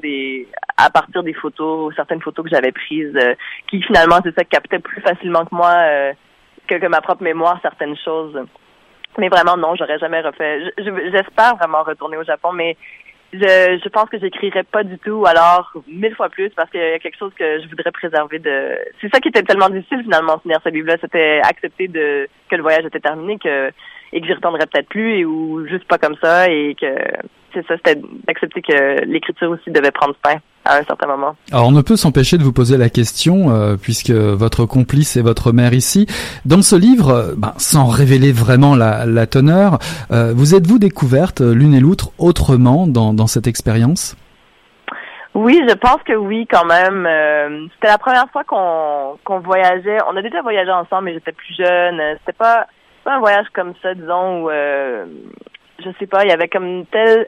à partir des photos, certaines photos que j'avais prises qui finalement c'est ça captaient plus facilement que moi que ma propre mémoire certaines choses. Mais vraiment, non, j'aurais jamais refait. J'espère vraiment retourner au Japon, mais je pense que j'écrirais pas du tout, ou alors 1000 fois plus, parce qu'il y a quelque chose que je voudrais préserver de... C'est ça qui était tellement difficile, finalement, de finir ce livre-là. C'était accepter que le voyage était terminé, et que j'y retournerais peut-être plus, ou juste pas comme ça, et que... C'est ça, c'était d'accepter que l'écriture aussi devait prendre fin à un certain moment. Alors on ne peut s'empêcher de vous poser la question, puisque votre complice est votre mère ici. Dans ce livre, sans révéler vraiment la teneur, vous êtes-vous découverte l'une et l'autre autrement dans cette expérience? Oui, je pense que oui, quand même. C'était la première fois qu'on voyageait. On a déjà voyagé ensemble, mais j'étais plus jeune. C'était pas un voyage comme ça, disons, où je sais pas, il y avait comme une telle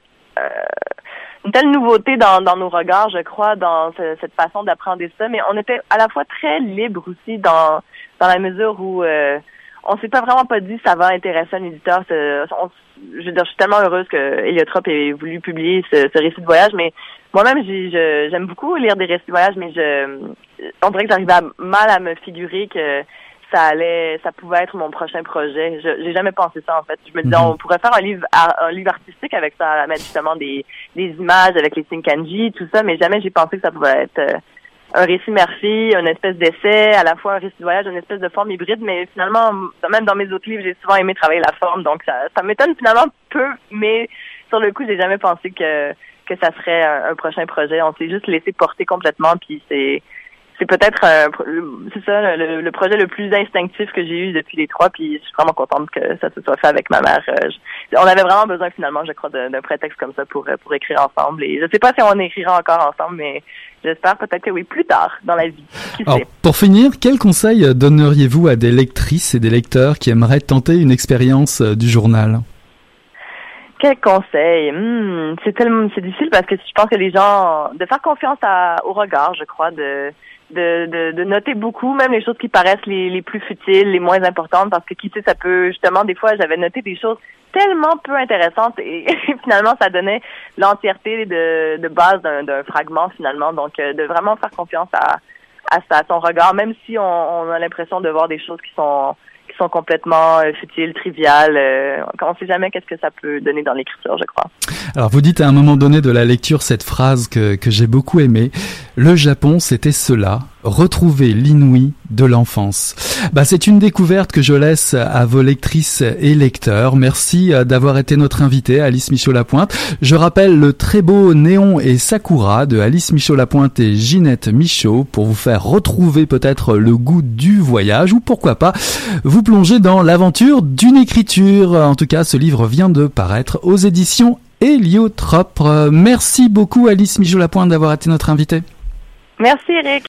nouveauté dans nos regards, je crois, dans cette façon d'apprendre ça, mais on était à la fois très libre aussi dans la mesure où on s'est pas vraiment pas dit ça va intéresser un éditeur. Je veux dire, je suis tellement heureuse que Héliotrope ait voulu publier ce récit de voyage, mais moi-même j'aime beaucoup lire des récits de voyage, mais on dirait que j'arrivais mal à me figurer que ça pouvait être mon prochain projet. J'ai jamais pensé ça, en fait. Je me disais, on pourrait faire un livre artistique avec ça, à mettre justement des images avec les signes kanji, tout ça, mais jamais j'ai pensé que ça pouvait être un récit Murphy, une espèce d'essai, à la fois un récit de voyage, une espèce de forme hybride, mais finalement, même dans mes autres livres, j'ai souvent aimé travailler la forme, donc ça m'étonne finalement peu, mais sur le coup, j'ai jamais pensé que ça serait un prochain projet. On s'est juste laissé porter complètement, puis c'est peut-être c'est ça le projet le plus instinctif que j'ai eu depuis les trois, puis je suis vraiment contente que ça se soit fait avec ma mère. On avait vraiment besoin finalement, je crois, d'un prétexte comme ça pour écrire ensemble, et je sais pas si on écrira encore ensemble, mais j'espère peut-être que oui, plus tard dans la vie. Alors, pour finir, quel conseil donneriez-vous à des lectrices et des lecteurs qui aimeraient tenter une expérience du journal? Quel conseil? C'est difficile parce que je pense que les gens, de faire confiance au regard, je crois, de noter beaucoup, même les choses qui paraissent les plus futiles, les moins importantes, parce que qui sait, ça peut, justement, des fois, j'avais noté des choses tellement peu intéressantes et finalement, ça donnait l'entièreté de base d'un fragment, finalement. Donc, de vraiment faire confiance à son regard, même si on a l'impression de voir des choses qui sont complètement futiles, triviales. On ne sait jamais qu'est-ce que ça peut donner dans l'écriture, je crois. Alors, vous dites à un moment donné de la lecture cette phrase que j'ai beaucoup aimée. Le Japon, c'était cela. Retrouver l'inouï de l'enfance. C'est une découverte que je laisse à vos lectrices et lecteurs. Merci d'avoir été notre invitée, Alice Michaud-Lapointe. Je rappelle le très beau Néon et Sakura de Alice Michaud-Lapointe et Ginette Michaud pour vous faire retrouver peut-être le goût du voyage, ou pourquoi pas vous plonger dans l'aventure d'une écriture. En tout cas, ce livre vient de paraître aux éditions Héliotrope. Merci beaucoup, Alice Michaud-Lapointe, d'avoir été notre invitée. Merci, Eric.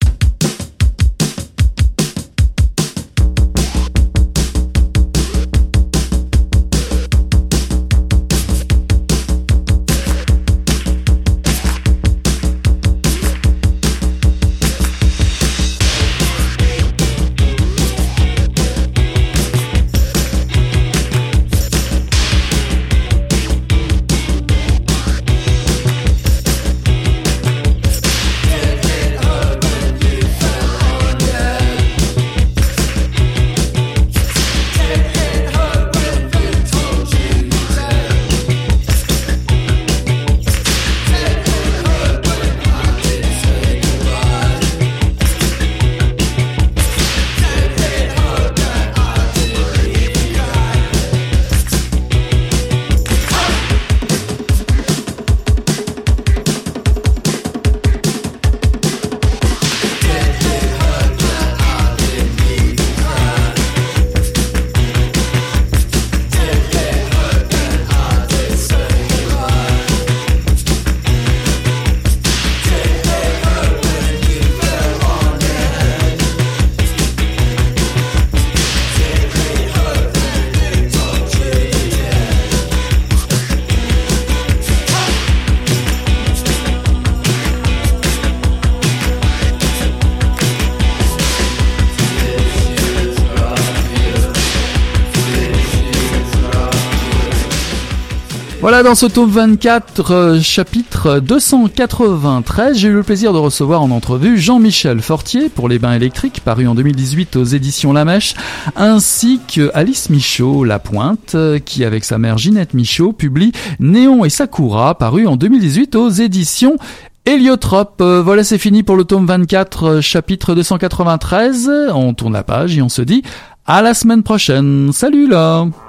Voilà, dans ce tome 24, chapitre 293, j'ai eu le plaisir de recevoir en entrevue Jean-Michel Fortier pour Les Bains électriques, paru en 2018 aux éditions La Mèche, ainsi que Alice Michaud, La Pointe, qui avec sa mère Ginette Michaud publie Néon et Sakura, paru en 2018 aux éditions Héliotrope. Voilà, c'est fini pour le tome 24, chapitre 293. On tourne la page et on se dit à la semaine prochaine. Salut là!